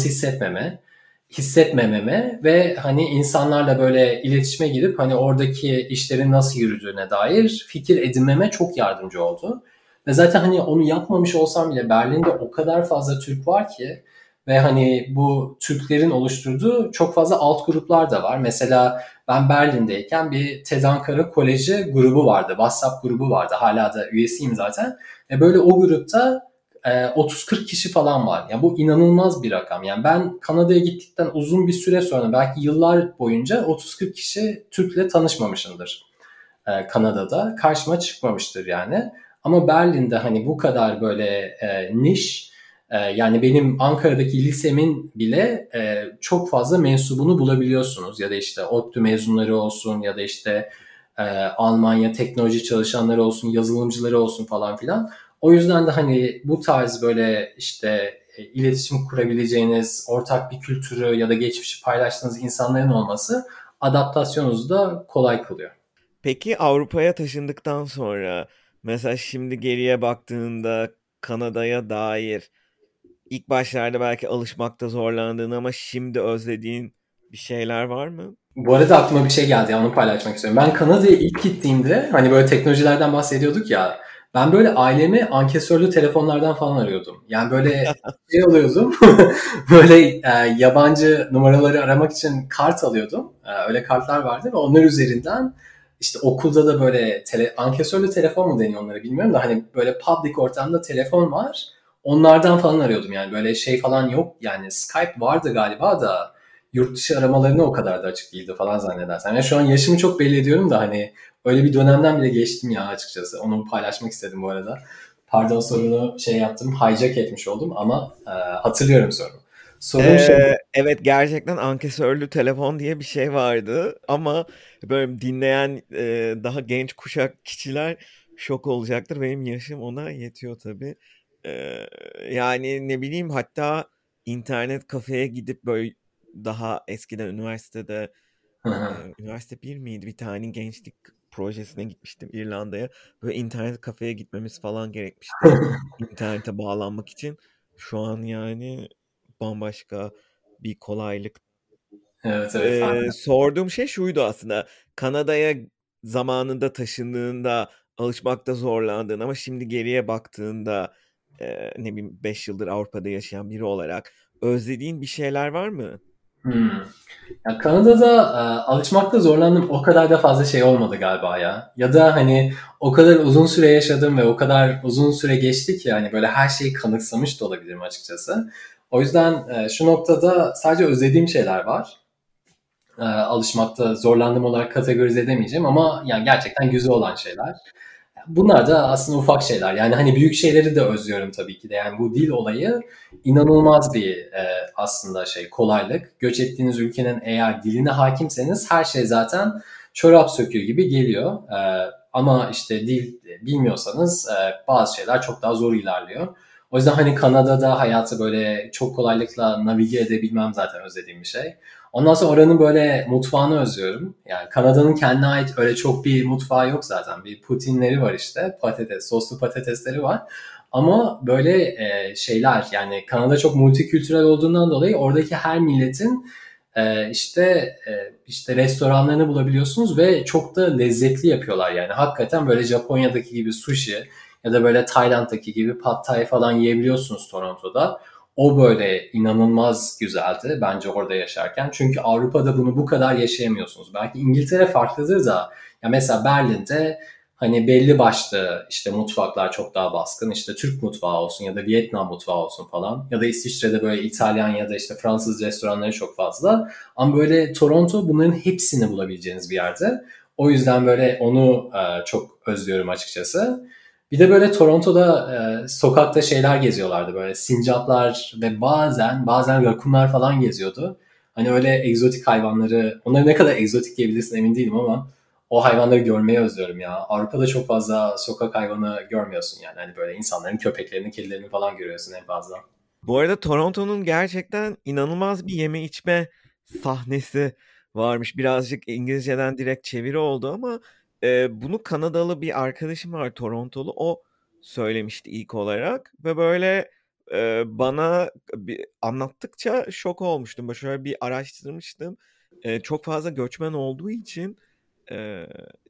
hissetmememe ve hani insanlarla böyle iletişime girip hani oradaki işlerin nasıl yürüdüğüne dair fikir edinmeme çok yardımcı oldu. Ve zaten hani onu yapmamış olsam bile Berlin'de o kadar fazla Türk var ki ve hani bu Türklerin oluşturduğu çok fazla alt gruplar da var. Mesela ben Berlin'deyken bir TED Ankara Koleji grubu vardı. WhatsApp grubu vardı. Hala da üyesiyim zaten. Ve böyle o grupta 30-40 kişi falan var. Yani bu inanılmaz bir rakam. Yani ben Kanada'ya gittikten uzun bir süre sonra belki yıllar boyunca 30-40 kişi Türk'le tanışmamışımdır Kanada'da. Karşıma çıkmamıştır yani. Ama Berlin'de hani bu kadar böyle niş yani benim Ankara'daki lisemin bile çok fazla mensubunu bulabiliyorsunuz. Ya da işte ODTÜ mezunları olsun ya da işte Almanya teknoloji çalışanları olsun, yazılımcıları olsun falan filan. O yüzden de hani bu tarz böyle işte iletişim kurabileceğiniz, ortak bir kültürü ya da geçmişi paylaştığınız insanların olması adaptasyonunuzu da kolay kılıyor. Peki Avrupa'ya taşındıktan sonra mesela şimdi geriye baktığında Kanada'ya dair ilk başlarda belki alışmakta zorlandığın ama şimdi özlediğin bir şeyler var mı? Bu arada aklıma bir şey geldi ya, onu paylaşmak istiyorum. Ben Kanada'ya ilk gittiğimde hani böyle teknolojilerden bahsediyorduk ya. Ben böyle ailemi ankesörlü telefonlardan falan arıyordum. Yani böyle şey alıyordum. Böyle yabancı numaraları aramak için kart alıyordum. Öyle kartlar vardı ve onlar üzerinden işte okulda da böyle ankesörlü telefon mu deniyor onlara bilmiyorum da hani böyle public ortamda telefon var. Onlardan falan arıyordum yani böyle şey falan yok. Yani Skype vardı galiba da yurt dışı aramalarına o kadar da açık değildi falan zannedersem. Yani şu an yaşımı çok belli ediyorum da hani öyle bir dönemden bile geçtim ya açıkçası. Onu paylaşmak istedim bu arada. Pardon, sorunu şey yaptım, hijack etmiş oldum ama hatırlıyorum sorunu. Sorun şey... Evet, gerçekten ankesörlü telefon diye bir şey vardı ama böyle dinleyen daha genç kuşak kişiler şok olacaktır. Benim yaşım ona yetiyor tabii. Yani ne bileyim, hatta internet kafeye gidip böyle daha eskiden üniversitede üniversite bir miydi? Bir tane gençlik projesine gitmiştim İrlanda'ya. Böyle internet kafeye gitmemiz falan gerekmişti. İnternete bağlanmak için. Şu an yani bambaşka bir kolaylık. Evet, evet, aynen. Sorduğum şey şuydu aslında. Kanada'ya zamanında taşındığında alışmakta zorlandığın ama şimdi geriye baktığında ne bileyim 5 yıldır Avrupa'da yaşayan biri olarak özlediğin bir şeyler var mı? Hmm. Ya Kanada'da alışmakta zorlandığım o kadar da fazla şey olmadı galiba ya. Ya da hani o kadar uzun süre yaşadım ve o kadar uzun süre geçti ki hani böyle her şeyi kanıksamış da olabilirim açıkçası. O yüzden şu noktada sadece özlediğim şeyler var. Alışmakta zorlandığım olarak kategorize edemeyeceğim ama yani gerçekten güzel olan şeyler. Bunlar da aslında ufak şeyler. Yani hani büyük şeyleri de özlüyorum tabii ki de. Yani bu dil olayı inanılmaz bir aslında şey, kolaylık. Göç ettiğiniz ülkenin eğer diline hakimseniz her şey zaten çorap söküğü gibi geliyor. Ama işte dil bilmiyorsanız bazı şeyler çok daha zor ilerliyor. O yüzden hani Kanada'da hayatı böyle çok kolaylıkla navige edebilmem zaten özlediğim bir şey. Ondan sonra oranın böyle mutfağını özlüyorum. Yani Kanada'nın kendine ait öyle çok bir mutfağı yok zaten. Bir putinleri var işte. Patates, soslu patatesleri var. Ama böyle şeyler, yani Kanada çok multikültürel olduğundan dolayı oradaki her milletin işte işte restoranlarını bulabiliyorsunuz ve çok da lezzetli yapıyorlar yani. Hakikaten böyle Japonya'daki gibi sushi ya da böyle Tayland'daki gibi pad thai falan yiyebiliyorsunuz Toronto'da. O böyle inanılmaz güzeldi bence orada yaşarken. Çünkü Avrupa'da bunu bu kadar yaşayamıyorsunuz. Belki İngiltere farklıdır da, ya mesela Berlin'de hani belli başlı işte mutfaklar çok daha baskın. İşte Türk mutfağı olsun ya da Vietnam mutfağı olsun falan. Ya da İsviçre'de böyle İtalyan ya da işte Fransız restoranları çok fazla. Ama böyle Toronto bunların hepsini bulabileceğiniz bir yerde. O yüzden böyle onu çok özlüyorum açıkçası. Bir de böyle Toronto'da sokakta şeyler geziyorlardı, böyle sincaplar ve bazen rakunlar falan geziyordu. Hani öyle egzotik hayvanları, onları ne kadar egzotik diyebilirsin emin değilim ama o hayvanları görmeyi özlüyorum ya. Avrupa'da çok fazla sokak hayvanı görmüyorsun yani. Hani böyle insanların köpeklerini, kedilerini falan görüyorsun en fazla. Bu arada Toronto'nun gerçekten inanılmaz bir yeme içme sahnesi varmış. Birazcık İngilizceden direkt çeviri oldu ama bunu Kanadalı bir arkadaşım var, Torontolu. O söylemişti ilk olarak ve böyle bana anlattıkça şok olmuştum. Böyle şöyle bir araştırmıştım. Çok fazla göçmen olduğu için e,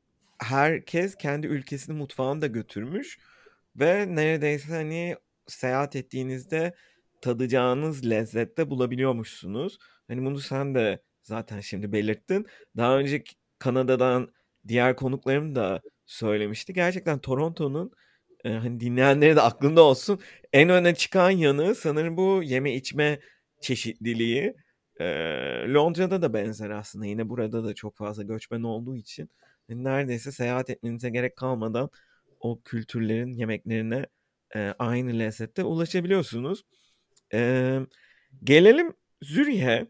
herkes kendi ülkesinin mutfağını da götürmüş ve neredeyse hani seyahat ettiğinizde tadacağınız lezzette bulabiliyormuşsunuz. Hani bunu sen de zaten şimdi belirttin. Daha önceki Kanada'dan diğer konuklarım da söylemişti. Gerçekten Toronto'nun hani dinleyenleri de aklında olsun, en öne çıkan yanı sanırım bu yeme içme çeşitliliği. E, Londra'da da benzer aslında. Yine burada da çok fazla göçmen olduğu için neredeyse seyahat etmenize gerek kalmadan o kültürlerin yemeklerine aynı lezzette ulaşabiliyorsunuz. E, Gelelim Zürih'e.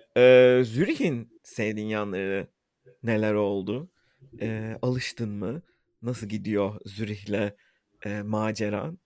Zürih'in sevdiğin yanları neler oldu? Alıştın mı? Nasıl gidiyor Zürih'le maceran?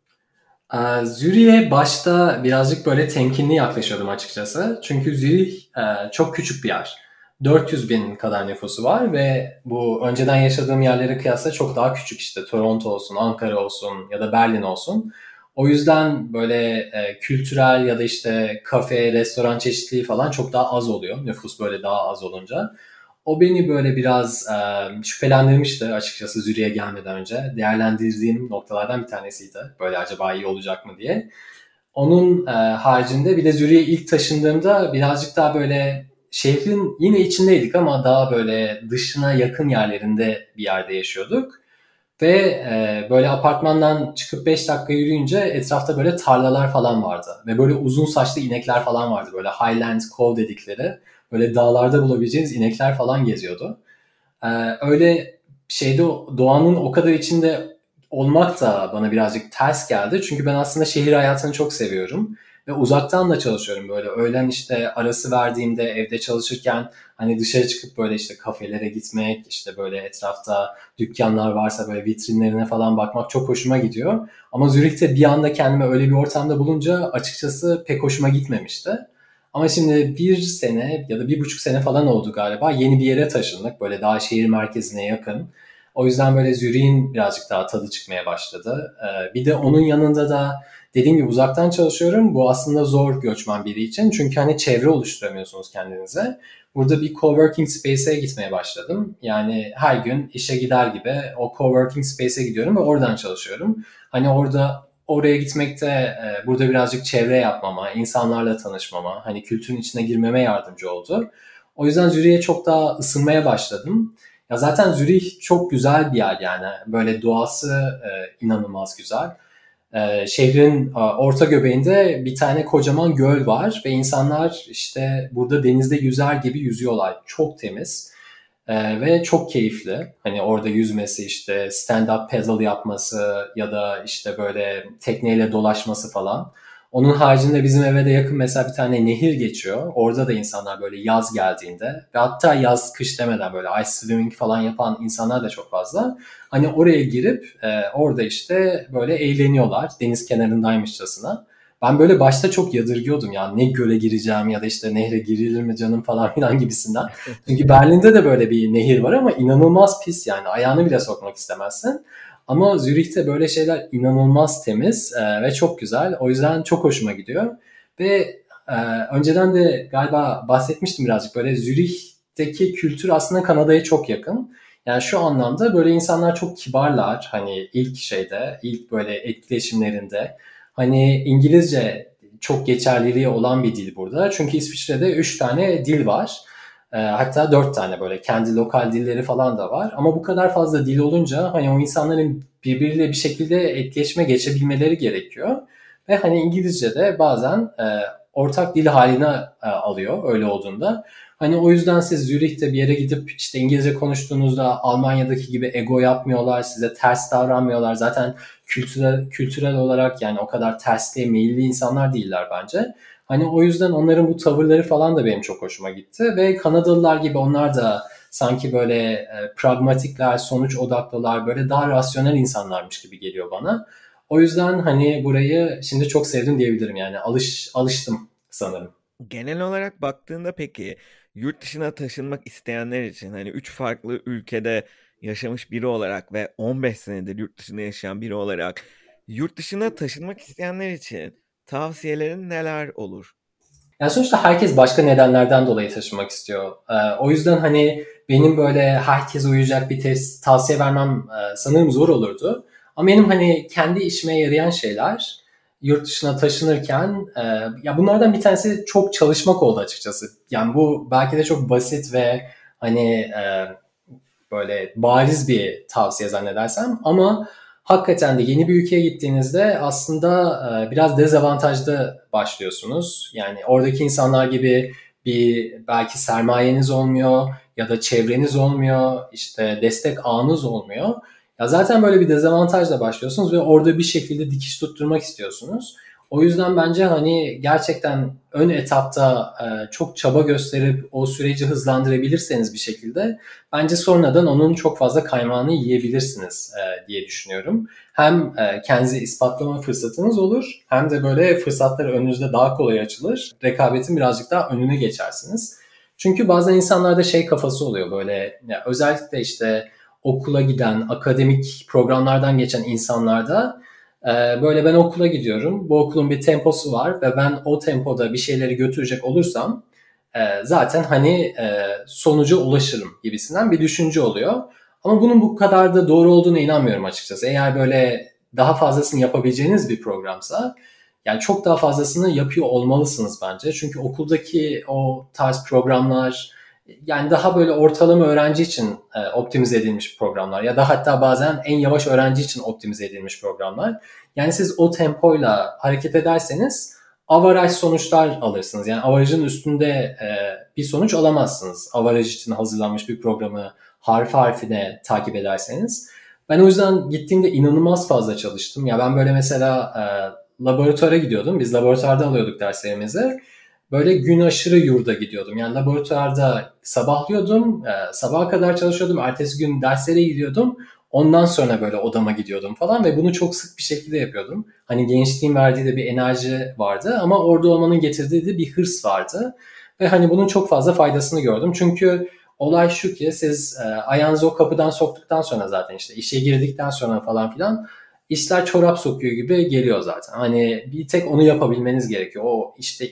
Zürih'e başta birazcık böyle temkinli yaklaşıyordum açıkçası. Çünkü Zürih çok küçük bir yer. 400 bin kadar nüfusu var ve bu önceden yaşadığım yerlere kıyasla çok daha küçük, işte Toronto olsun, Ankara olsun ya da Berlin olsun. O yüzden böyle kültürel ya da işte kafe, restoran çeşitliliği falan çok daha az oluyor. Nüfus böyle daha az olunca. O beni böyle biraz şüphelendirmişti açıkçası Zürih'e gelmeden önce. Değerlendirdiğim noktalardan bir tanesiydi. Böyle acaba iyi olacak mı diye. Onun haricinde bir de Zürih'e ilk taşındığımda birazcık daha böyle şehrin yine içindeydik ama daha böyle dışına yakın yerlerinde bir yerde yaşıyorduk. Ve böyle apartmandan çıkıp 5 dakika yürüyünce etrafta böyle tarlalar falan vardı. Ve böyle uzun saçlı inekler falan vardı. Böyle Highland Cow dedikleri. Böyle dağlarda bulabileceğiniz inekler falan geziyordu. Öyle şeyde doğanın o kadar içinde olmak da bana birazcık ters geldi. Çünkü ben aslında şehir hayatını çok seviyorum. Ve uzaktan da çalışıyorum böyle. Öğlen işte arası verdiğimde evde çalışırken hani dışarı çıkıp böyle işte kafelere gitmek, işte böyle etrafta dükkanlar varsa böyle vitrinlerine falan bakmak çok hoşuma gidiyor. Ama Zürih'te bir anda kendimi öyle bir ortamda bulunca açıkçası pek hoşuma gitmemişti. Ama şimdi bir sene ya da 1,5 sene falan oldu galiba. Yeni bir yere taşındık. Böyle daha şehir merkezine yakın. O yüzden böyle Zürih'in birazcık daha tadı çıkmaya başladı. Bir de onun yanında da dediğim gibi uzaktan çalışıyorum. Bu aslında zor göçmen biri için. Çünkü hani çevre oluşturamıyorsunuz kendinize. Burada bir coworking space'e gitmeye başladım. Yani her gün işe gider gibi o coworking space'e gidiyorum ve oradan çalışıyorum. Hani oraya gitmekte burada birazcık çevre yapmama, insanlarla tanışmama, hani kültürün içine girmeme yardımcı oldu. O yüzden Zürih'e çok daha ısınmaya başladım. Ya zaten Zürih çok güzel bir yer yani. Böyle doğası inanılmaz güzel. Şehrin orta göbeğinde bir tane kocaman göl var ve insanlar işte burada denizde yüzer gibi yüzüyorlar. Çok temiz. Ve çok keyifli. Hani orada yüzmesi, işte stand-up paddle yapması ya da işte böyle tekneyle dolaşması falan. Onun haricinde bizim eve de yakın mesela bir tane nehir geçiyor. Orada da insanlar böyle yaz geldiğinde ve hatta yaz kış demeden böyle ice swimming falan yapan insanlar da çok fazla. Hani oraya girip orada işte böyle eğleniyorlar deniz kenarındaymışçasına. Ben böyle başta çok yadırgıyordum ya, ne göle gireceğim ya da işte nehre girilir mi canım falan filan gibisinden. Çünkü Berlin'de de böyle bir nehir var ama inanılmaz pis yani. Ayağını bile sokmak istemezsin. Ama Zürih'te böyle şeyler inanılmaz temiz ve çok güzel. O yüzden çok hoşuma gidiyor. Ve e, önceden de galiba bahsetmiştim birazcık. Böyle Zürih'teki kültür aslında Kanada'ya çok yakın. Yani şu anlamda böyle insanlar çok kibarlar. Hani ilk böyle etkileşimlerinde. Hani İngilizce çok geçerliliği olan bir dil burada. Çünkü İsviçre'de 3 tane dil var. Hatta 4 tane böyle kendi lokal dilleri falan da var. Ama bu kadar fazla dil olunca hani o insanların birbiriyle bir şekilde etkileşime geçebilmeleri gerekiyor. Ve hani İngilizce de bazen ortak dil haline alıyor öyle olduğunda. Hani o yüzden siz Zürih'te bir yere gidip işte İngilizce konuştuğunuzda Almanya'daki gibi ego yapmıyorlar, size ters davranmıyorlar. Zaten kültürel olarak yani o kadar tersliğe meyilli insanlar değiller bence. Hani o yüzden onların bu tavırları falan da benim çok hoşuma gitti. Ve Kanadalılar gibi onlar da sanki böyle pragmatikler, sonuç odaklılar, böyle daha rasyonel insanlarmış gibi geliyor bana. O yüzden hani burayı şimdi çok sevdim diyebilirim yani alıştım sanırım. Genel olarak baktığında peki yurt dışına taşınmak isteyenler için hani 3 farklı ülkede yaşamış biri olarak ve 15 senedir yurt dışında yaşayan biri olarak yurt dışına taşınmak isteyenler için tavsiyelerin neler olur? Yani sonuçta herkes başka nedenlerden dolayı taşınmak istiyor. O yüzden hani benim böyle herkese uyacak bir tavsiye vermem sanırım zor olurdu. Ama benim hani kendi işime yarayan şeyler yurt dışına taşınırken ya bunlardan bir tanesi çok çalışmak oldu açıkçası. Yani bu belki de çok basit ve hani böyle bariz bir tavsiye zannedersem ama hakikaten de yeni bir ülkeye gittiğinizde aslında biraz dezavantajlı başlıyorsunuz. Yani oradaki insanlar gibi bir belki sermayeniz olmuyor ya da çevreniz olmuyor, işte destek ağınız olmuyor. Ya zaten böyle bir dezavantajla başlıyorsunuz ve orada bir şekilde dikiş tutturmak istiyorsunuz. O yüzden bence hani gerçekten ön etapta çok çaba gösterip o süreci hızlandırabilirseniz bir şekilde bence sonradan onun çok fazla kaymağını yiyebilirsiniz diye düşünüyorum. Hem kendinizi ispatlama fırsatınız olur hem de böyle fırsatlar önünüzde daha kolay açılır. Rekabetin birazcık daha önüne geçersiniz. Çünkü bazen insanlarda şey kafası oluyor böyle ya özellikle işte okula giden, akademik programlardan geçen insanlarda böyle ben okula gidiyorum. Bu okulun bir temposu var ve ben o tempoda bir şeyleri götürecek olursam zaten hani sonuca ulaşırım gibisinden bir düşünce oluyor. Ama bunun bu kadar da doğru olduğuna inanmıyorum açıkçası. Eğer böyle daha fazlasını yapabileceğiniz bir programsa yani çok daha fazlasını yapıyor olmalısınız bence. Çünkü okuldaki o tarz programlar yani daha böyle ortalama öğrenci için optimize edilmiş programlar ya da hatta bazen en yavaş öğrenci için optimize edilmiş programlar. Yani siz o tempoyla hareket ederseniz avaraj sonuçlar alırsınız. Yani avarajın üstünde bir sonuç alamazsınız. Avaraj için hazırlanmış bir programı harfi harfine takip ederseniz. Ben o yüzden gittiğimde inanılmaz fazla çalıştım. Ya ben böyle mesela laboratuvara gidiyordum. Biz laboratuvarda alıyorduk derslerimizi. Böyle gün aşırı yurda gidiyordum. Yani laboratuvarda sabahlıyordum, sabaha kadar çalışıyordum. Ertesi gün derslere gidiyordum. Ondan sonra böyle odama gidiyordum falan ve bunu çok sık bir şekilde yapıyordum. Hani gençliğin verdiği de bir enerji vardı ama orada olmanın getirdiği de bir hırs vardı. Ve hani bunun çok fazla faydasını gördüm. Çünkü olay şu ki siz ayağınızı o kapıdan soktuktan sonra zaten işte işe girdikten sonra falan filan işler çorap sokuyor gibi geliyor zaten. Hani bir tek onu yapabilmeniz gerekiyor. O işte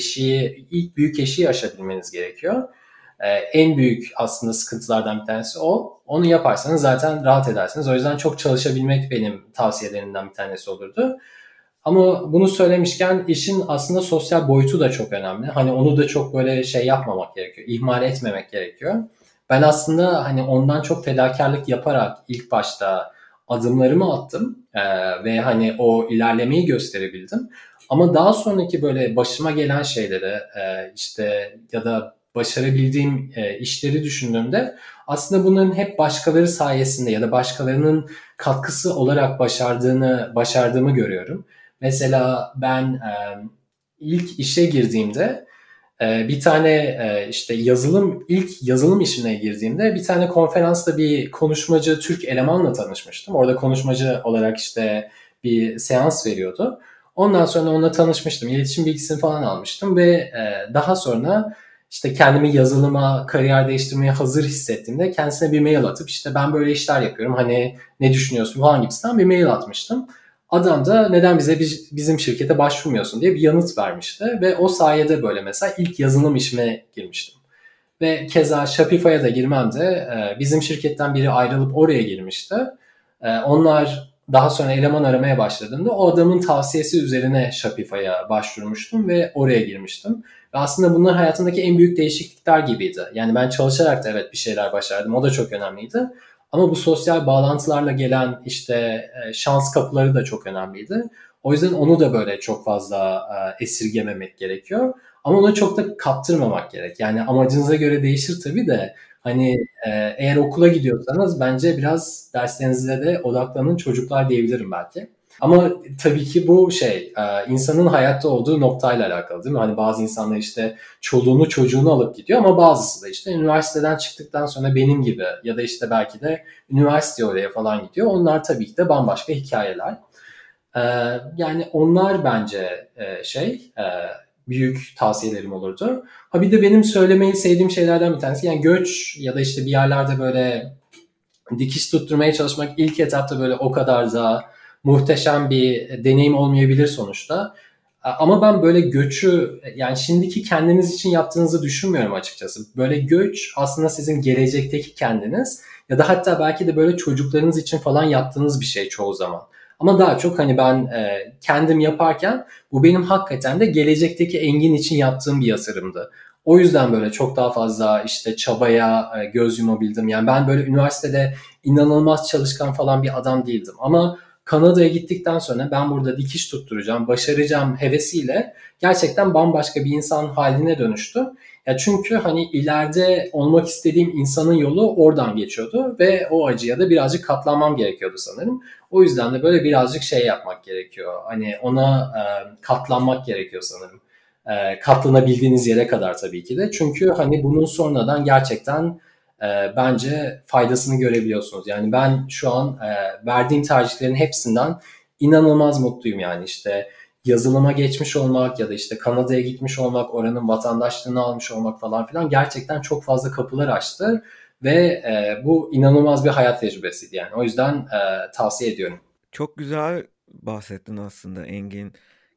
ilk büyük eşiği aşabilmeniz gerekiyor. En büyük aslında sıkıntılardan bir tanesi o. Onu yaparsanız zaten rahat edersiniz. O yüzden çok çalışabilmek benim tavsiyelerimden bir tanesi olurdu. Ama bunu söylemişken işin aslında sosyal boyutu da çok önemli. Hani onu da çok böyle şey yapmamak gerekiyor. İhmal etmemek gerekiyor. Ben aslında hani ondan çok fedakarlık yaparak ilk başta adımlarımı attım ve hani o ilerlemeyi gösterebildim. Ama daha sonraki böyle başıma gelen şeyleri işte ya da başarabildiğim işleri düşündüğümde aslında bunların hep başkaları sayesinde ya da başkalarının katkısı olarak başardığımı görüyorum. Mesela ben ilk işe girdiğimde bir tane işte ilk yazılım işine girdiğimde bir tane konferansta bir konuşmacı Türk elemanla tanışmıştım. Orada konuşmacı olarak işte bir seans veriyordu. Ondan sonra onunla tanışmıştım. İletişim bilgisini falan almıştım ve daha sonra işte kendimi yazılıma, kariyer değiştirmeye hazır hissettiğimde kendisine bir mail atıp işte ben böyle işler yapıyorum hani ne düşünüyorsun falan gibisinden bir mail atmıştım. Adam da neden bizim şirkete başvurmuyorsun diye bir yanıt vermişti ve o sayede böyle mesela ilk yazılım işime girmiştim. Ve keza Shopify'a da girmem de bizim şirketten biri ayrılıp oraya girmişti. Onlar daha sonra eleman aramaya başladığında o adamın tavsiyesi üzerine Shopify'a başvurmuştum ve oraya girmiştim. Ve aslında bunlar hayatımdaki en büyük değişiklikler gibiydi. Yani ben çalışarak da evet bir şeyler başardım. O da çok önemliydi. Ama bu sosyal bağlantılarla gelen işte şans kapıları da çok önemliydi. O yüzden onu da böyle çok fazla esirgememek gerekiyor. Ama ona çok da kaptırmamak gerek. Yani amacınıza göre değişir tabii de hani eğer okula gidiyorsanız bence biraz derslerinize de odaklanın çocuklar diyebilirim belki. Ama tabii ki bu insanın hayatta olduğu noktayla alakalı değil mi? Hani bazı insanlar işte çoluğunu çocuğunu alıp gidiyor ama bazısı da işte üniversiteden çıktıktan sonra benim gibi ya da işte belki de üniversite oraya falan gidiyor. Onlar tabii ki de bambaşka hikayeler. Ee, Yani onlar bence büyük tavsiyelerim olurdu. Ha bir de benim söylemeyi sevdiğim şeylerden bir tanesi yani göç ya da işte bir yerlerde böyle dikiş tutturmaya çalışmak ilk etapta böyle o kadar da muhteşem bir deneyim olmayabilir sonuçta. Ama ben böyle göçü yani şimdiki kendiniz için yaptığınızı düşünmüyorum açıkçası. Böyle göç aslında sizin gelecekteki kendiniz ya da hatta belki de böyle çocuklarınız için falan yaptığınız bir şey çoğu zaman. Ama daha çok hani ben kendim yaparken bu benim hakikaten de gelecekteki Engin için yaptığım bir yatırımdı. O yüzden böyle çok daha fazla işte çabaya göz yumabildim. Yani ben böyle üniversitede inanılmaz çalışkan falan bir adam değildim. Ama Kanada'ya gittikten sonra ben burada dikiş tutturacağım, başaracağım hevesiyle gerçekten bambaşka bir insan haline dönüştüm. Ya çünkü hani ileride olmak istediğim insanın yolu oradan geçiyordu ve o acıya da birazcık katlanmam gerekiyordu sanırım. O yüzden de böyle birazcık şey yapmak gerekiyor. Hani ona katlanmak gerekiyor sanırım. Katlanabildiğiniz yere kadar tabii ki de. Çünkü hani bunun sonradan gerçekten bence faydasını görebiliyorsunuz. Yani ben şu an verdiğim tercihlerin hepsinden inanılmaz mutluyum yani işte yazılıma geçmiş olmak ya da işte Kanada'ya gitmiş olmak, oranın vatandaşlığını almış olmak falan filan gerçekten çok fazla kapılar açtı ve bu inanılmaz bir hayat tecrübesiydi yani. O yüzden tavsiye ediyorum. Çok güzel bahsettin aslında Engin.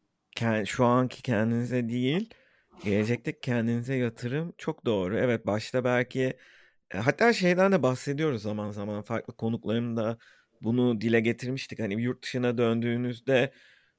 Şu anki kendinize değil, gelecekteki kendinize yatırım çok doğru. Evet, başta belki hatta şeyden de bahsediyoruz zaman zaman farklı konuklarımda bunu dile getirmiştik. Hani yurt dışına döndüğünüzde,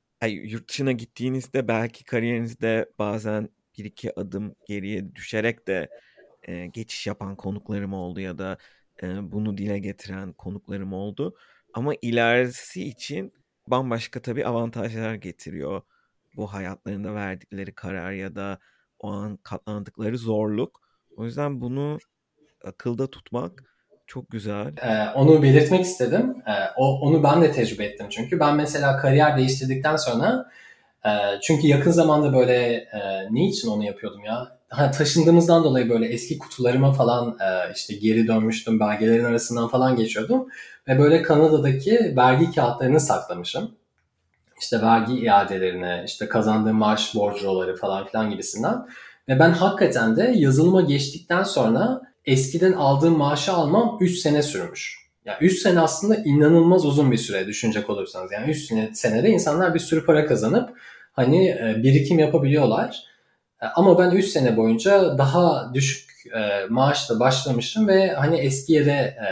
yurt dışına gittiğinizde belki kariyerinizde bazen bir iki adım geriye düşerek de geçiş yapan konuklarım oldu ya da bunu dile getiren konuklarım oldu. Ama ilerisi için bambaşka tabii avantajlar getiriyor. Bu hayatlarında verdikleri karar ya da o an katlandıkları zorluk. O yüzden bunu akılda tutmak çok güzel. Onu belirtmek istedim. Onu ben de tecrübe ettim çünkü. Ben mesela kariyer değiştirdikten sonra çünkü yakın zamanda böyle ne için onu yapıyordum ya? Ha, taşındığımızdan dolayı böyle eski kutularıma falan işte geri dönmüştüm. Belgelerin arasından falan geçiyordum. Ve böyle Kanada'daki vergi kağıtlarını saklamışım. İşte vergi iadelerini, işte kazandığım maaş borcuları falan filan gibisinden. Ve ben hakikaten de yazılıma geçtikten sonra eskiden aldığım maaşı almam 3 sene sürmüş. Yani 3 sene aslında inanılmaz uzun bir süre düşünecek olursanız. Yani 3 senede insanlar bir sürü para kazanıp hani birikim yapabiliyorlar. Ama ben 3 sene boyunca daha düşük maaşla başlamışım ve hani eski yere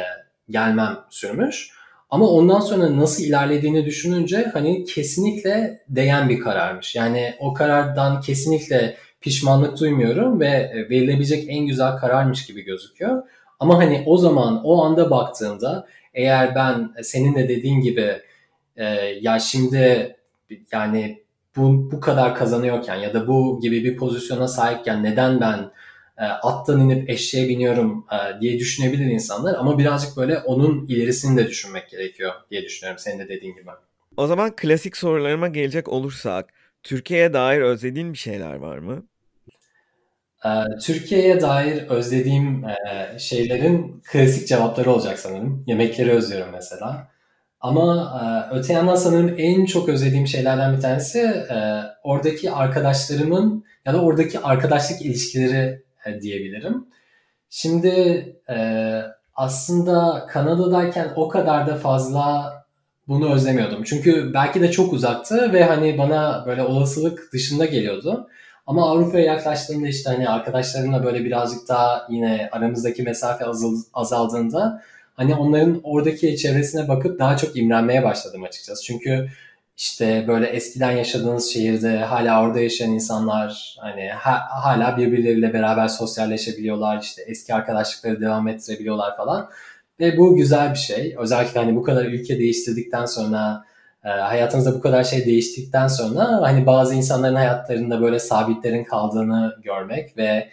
gelmem sürmüş. Ama ondan sonra nasıl ilerlediğini düşününce hani kesinlikle değen bir kararmış. Yani o karardan kesinlikle pişmanlık duymuyorum ve verilebilecek en güzel kararmış gibi gözüküyor. Ama hani o zaman o anda baktığımda eğer ben senin de dediğin gibi e, ya şimdi yani bu kadar kazanıyorken ya da bu gibi bir pozisyona sahipken neden ben attan inip eşeğe biniyorum diye düşünebilir insanlar ama birazcık böyle onun ilerisini de düşünmek gerekiyor diye düşünüyorum senin de dediğin gibi. O zaman klasik sorularıma gelecek olursak, Türkiye'ye dair özlediğin bir şeyler var mı? Türkiye'ye dair özlediğim şeylerin klasik cevapları olacak sanırım. Yemekleri özlüyorum mesela. Ama öte yandan sanırım en çok özlediğim şeylerden bir tanesi oradaki arkadaşlarımın ya da oradaki arkadaşlık ilişkileri diyebilirim. Şimdi aslında Kanada'dayken o kadar da fazla bunu özlemiyordum. Çünkü belki de çok uzaktı ve hani bana böyle olasılık dışında geliyordu. Ama Avrupa'ya yaklaştığımda işte hani arkadaşlarımla böyle birazcık daha yine aramızdaki mesafe azaldığında hani onların oradaki çevresine bakıp daha çok imrenmeye başladım açıkçası. Çünkü işte böyle eskiden yaşadığınız şehirde hala orada yaşayan insanlar hani hala birbirleriyle beraber sosyalleşebiliyorlar, işte eski arkadaşlıkları devam ettirebiliyorlar falan. Ve bu güzel bir şey. Özellikle hani bu kadar ülke değiştirdikten sonra, hayatınızda bu kadar şey değiştikten sonra hani bazı insanların hayatlarında böyle sabitlerin kaldığını görmek ve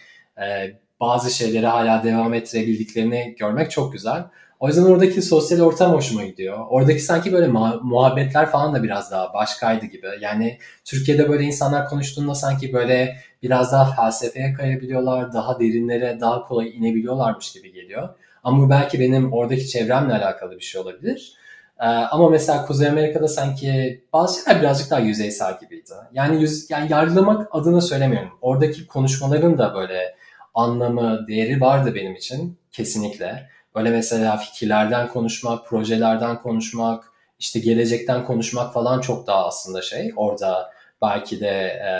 bazı şeyleri hala devam ettirebildiklerini görmek çok güzel. O yüzden oradaki sosyal ortam hoşuma gidiyor. Oradaki sanki böyle muhabbetler falan da biraz daha başkaydı gibi. Yani Türkiye'de böyle insanlar konuştuğunda sanki böyle biraz daha felsefeye kayabiliyorlar, daha derinlere daha kolay inebiliyorlarmış gibi geliyor. Ama bu belki benim oradaki çevremle alakalı bir şey olabilir. Ama mesela Kuzey Amerika'da sanki bazı şeyler birazcık daha yüzeysel gibiydi. Yani yargılamak adına söylemiyorum. Oradaki konuşmaların da böyle anlamı, değeri vardı benim için kesinlikle. Böyle mesela fikirlerden konuşmak, projelerden konuşmak, işte gelecekten konuşmak falan çok daha aslında orada belki de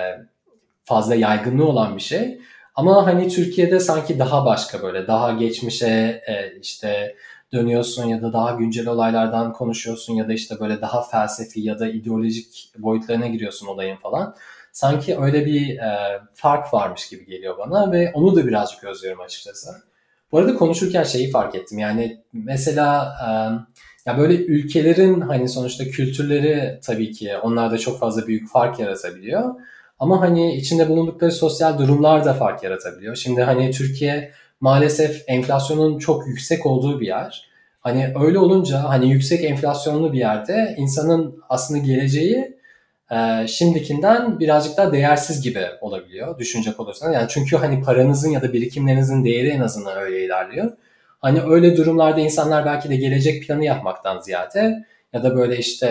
fazla yaygınlığı olan bir şey. Ama hani Türkiye'de sanki daha başka böyle daha geçmişe işte dönüyorsun ya da daha güncel olaylardan konuşuyorsun ya da işte böyle daha felsefi ya da ideolojik boyutlarına giriyorsun olayın falan. Sanki öyle bir fark varmış gibi geliyor bana ve onu da birazcık özlüyorum açıkçası. Bu arada konuşurken şeyi fark ettim. Yani mesela ya böyle ülkelerin hani sonuçta kültürleri tabii ki onlarda çok fazla büyük fark yaratabiliyor. Ama hani içinde bulundukları sosyal durumlar da fark yaratabiliyor. Şimdi hani Türkiye maalesef enflasyonun çok yüksek olduğu bir yer. Hani öyle olunca hani yüksek enflasyonlu bir yerde insanın aslında geleceği şimdikinden birazcık daha değersiz gibi olabiliyor düşünecek olursanız. Yani çünkü hani paranızın ya da birikimlerinizin değeri en azından öyle ilerliyor. Hani öyle durumlarda insanlar belki de gelecek planı yapmaktan ziyade ya da böyle işte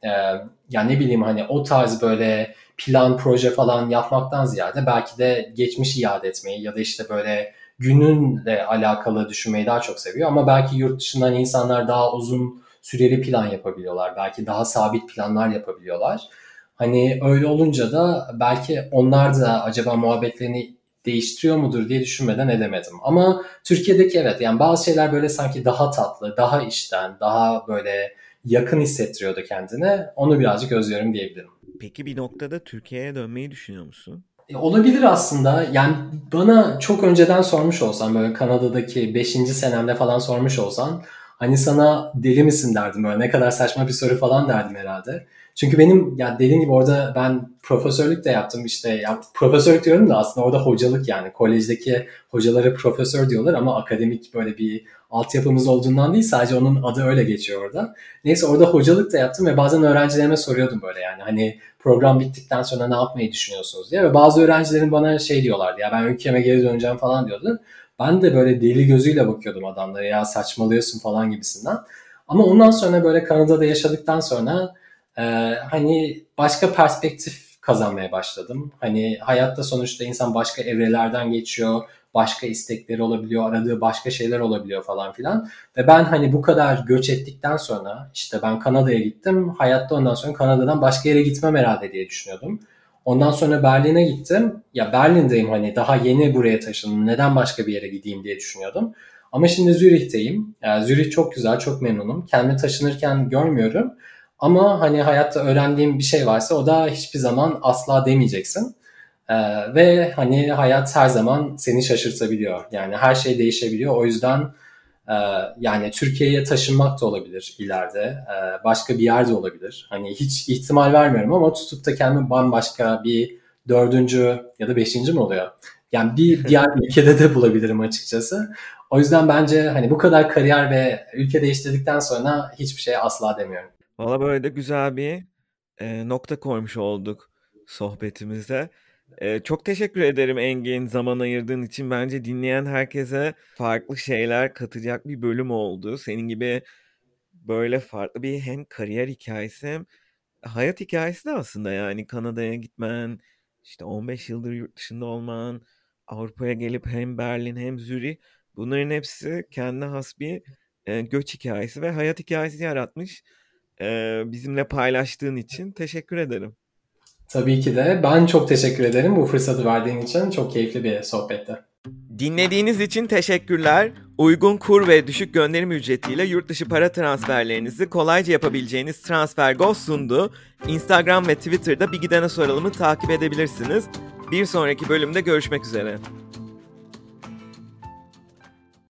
ya ne bileyim hani o tarz böyle plan, proje falan yapmaktan ziyade belki de geçmişi iade etmeyi ya da işte böyle gününle alakalı düşünmeyi daha çok seviyor. Ama belki yurt dışından insanlar daha uzun süreli plan yapabiliyorlar. Belki daha sabit planlar yapabiliyorlar. Hani öyle olunca da belki onlar da acaba muhabbetlerini değiştiriyor mudur diye düşünmeden edemedim. Ama Türkiye'deki evet yani bazı şeyler böyle sanki daha tatlı, daha içten, daha böyle yakın hissettiriyordu kendine. Onu birazcık özlüyorum diyebilirim. Peki bir noktada Türkiye'ye dönmeyi düşünüyor musun? Olabilir aslında. Yani bana çok önceden sormuş olsan böyle Kanada'daki beşinci senemde falan sormuş olsan hani sana deli misin derdim böyle ne kadar saçma bir soru falan derdim herhalde. Çünkü benim ya dediğim gibi orada ben profesörlük de yaptım işte ya profesörlük diyorum da aslında orada hocalık yani kolejdeki hocalara profesör diyorlar ama akademik böyle bir altyapımız olduğundan değil sadece onun adı öyle geçiyor orada. Neyse orada hocalık da yaptım ve bazen öğrencilerime soruyordum böyle yani hani program bittikten sonra ne yapmayı düşünüyorsunuz diye. Ve bazı öğrencilerin bana şey diyorlardı ya ben ülkeme geri döneceğim falan diyordu. Ben de böyle deli gözüyle bakıyordum adamlara ya saçmalıyorsun falan gibisinden. Ama ondan sonra böyle Kanada'da yaşadıktan sonra e, hani başka perspektif kazanmaya başladım. Hani hayatta sonuçta insan başka evrelerden geçiyor, başka istekleri olabiliyor, aradığı başka şeyler olabiliyor falan filan. Ve ben hani bu kadar göç ettikten sonra işte ben Kanada'ya gittim. Hayatta ondan sonra Kanada'dan başka yere gitmem herhalde diye düşünüyordum. Ondan sonra Berlin'e gittim. Ya Berlin'deyim hani daha yeni buraya taşındım. Neden başka bir yere gideyim diye düşünüyordum. Ama şimdi Zürih'teyim. Yani Zürih çok güzel, çok memnunum. Kendimi taşınırken görmüyorum. Ama hani hayatta öğrendiğim bir şey varsa o da hiçbir zaman asla demeyeceksin. Ee, ve hani hayat her zaman seni şaşırtabiliyor. Yani her şey değişebiliyor. O yüzden ee, yani Türkiye'ye taşınmak da olabilir ileride. Başka bir yerde olabilir. Hani hiç ihtimal vermiyorum ama tutup da kendimi bambaşka bir dördüncü ya da beşinci mi oluyor? Yani bir diğer ülkede de bulabilirim açıkçası. O yüzden bence hani bu kadar kariyer ve ülke değiştirdikten sonra hiçbir şeye asla demiyorum. Valla böyle de güzel bir nokta koymuş olduk sohbetimize. Çok teşekkür ederim Engin zaman ayırdığın için. Bence dinleyen herkese farklı şeyler katacak bir bölüm oldu. Senin gibi böyle farklı bir hem kariyer hikayesi hem hayat hikayesi de aslında yani Kanada'ya gitmen, işte 15 yıldır yurt dışında olman, Avrupa'ya gelip hem Berlin hem Zürih, bunların hepsi kendine has bir göç hikayesi ve hayat hikayesi yaratmış. Bizimle paylaştığın için teşekkür ederim. Tabii ki de. Ben çok teşekkür ederim bu fırsatı verdiğin için. Çok keyifli bir sohbetti. Dinlediğiniz için teşekkürler. Uygun kur ve düşük gönderim ücretiyle yurt dışı para transferlerinizi kolayca yapabileceğiniz TransferGo sundu. Instagram ve Twitter'da Bir Gidene Soralım'ı takip edebilirsiniz. Bir sonraki bölümde görüşmek üzere.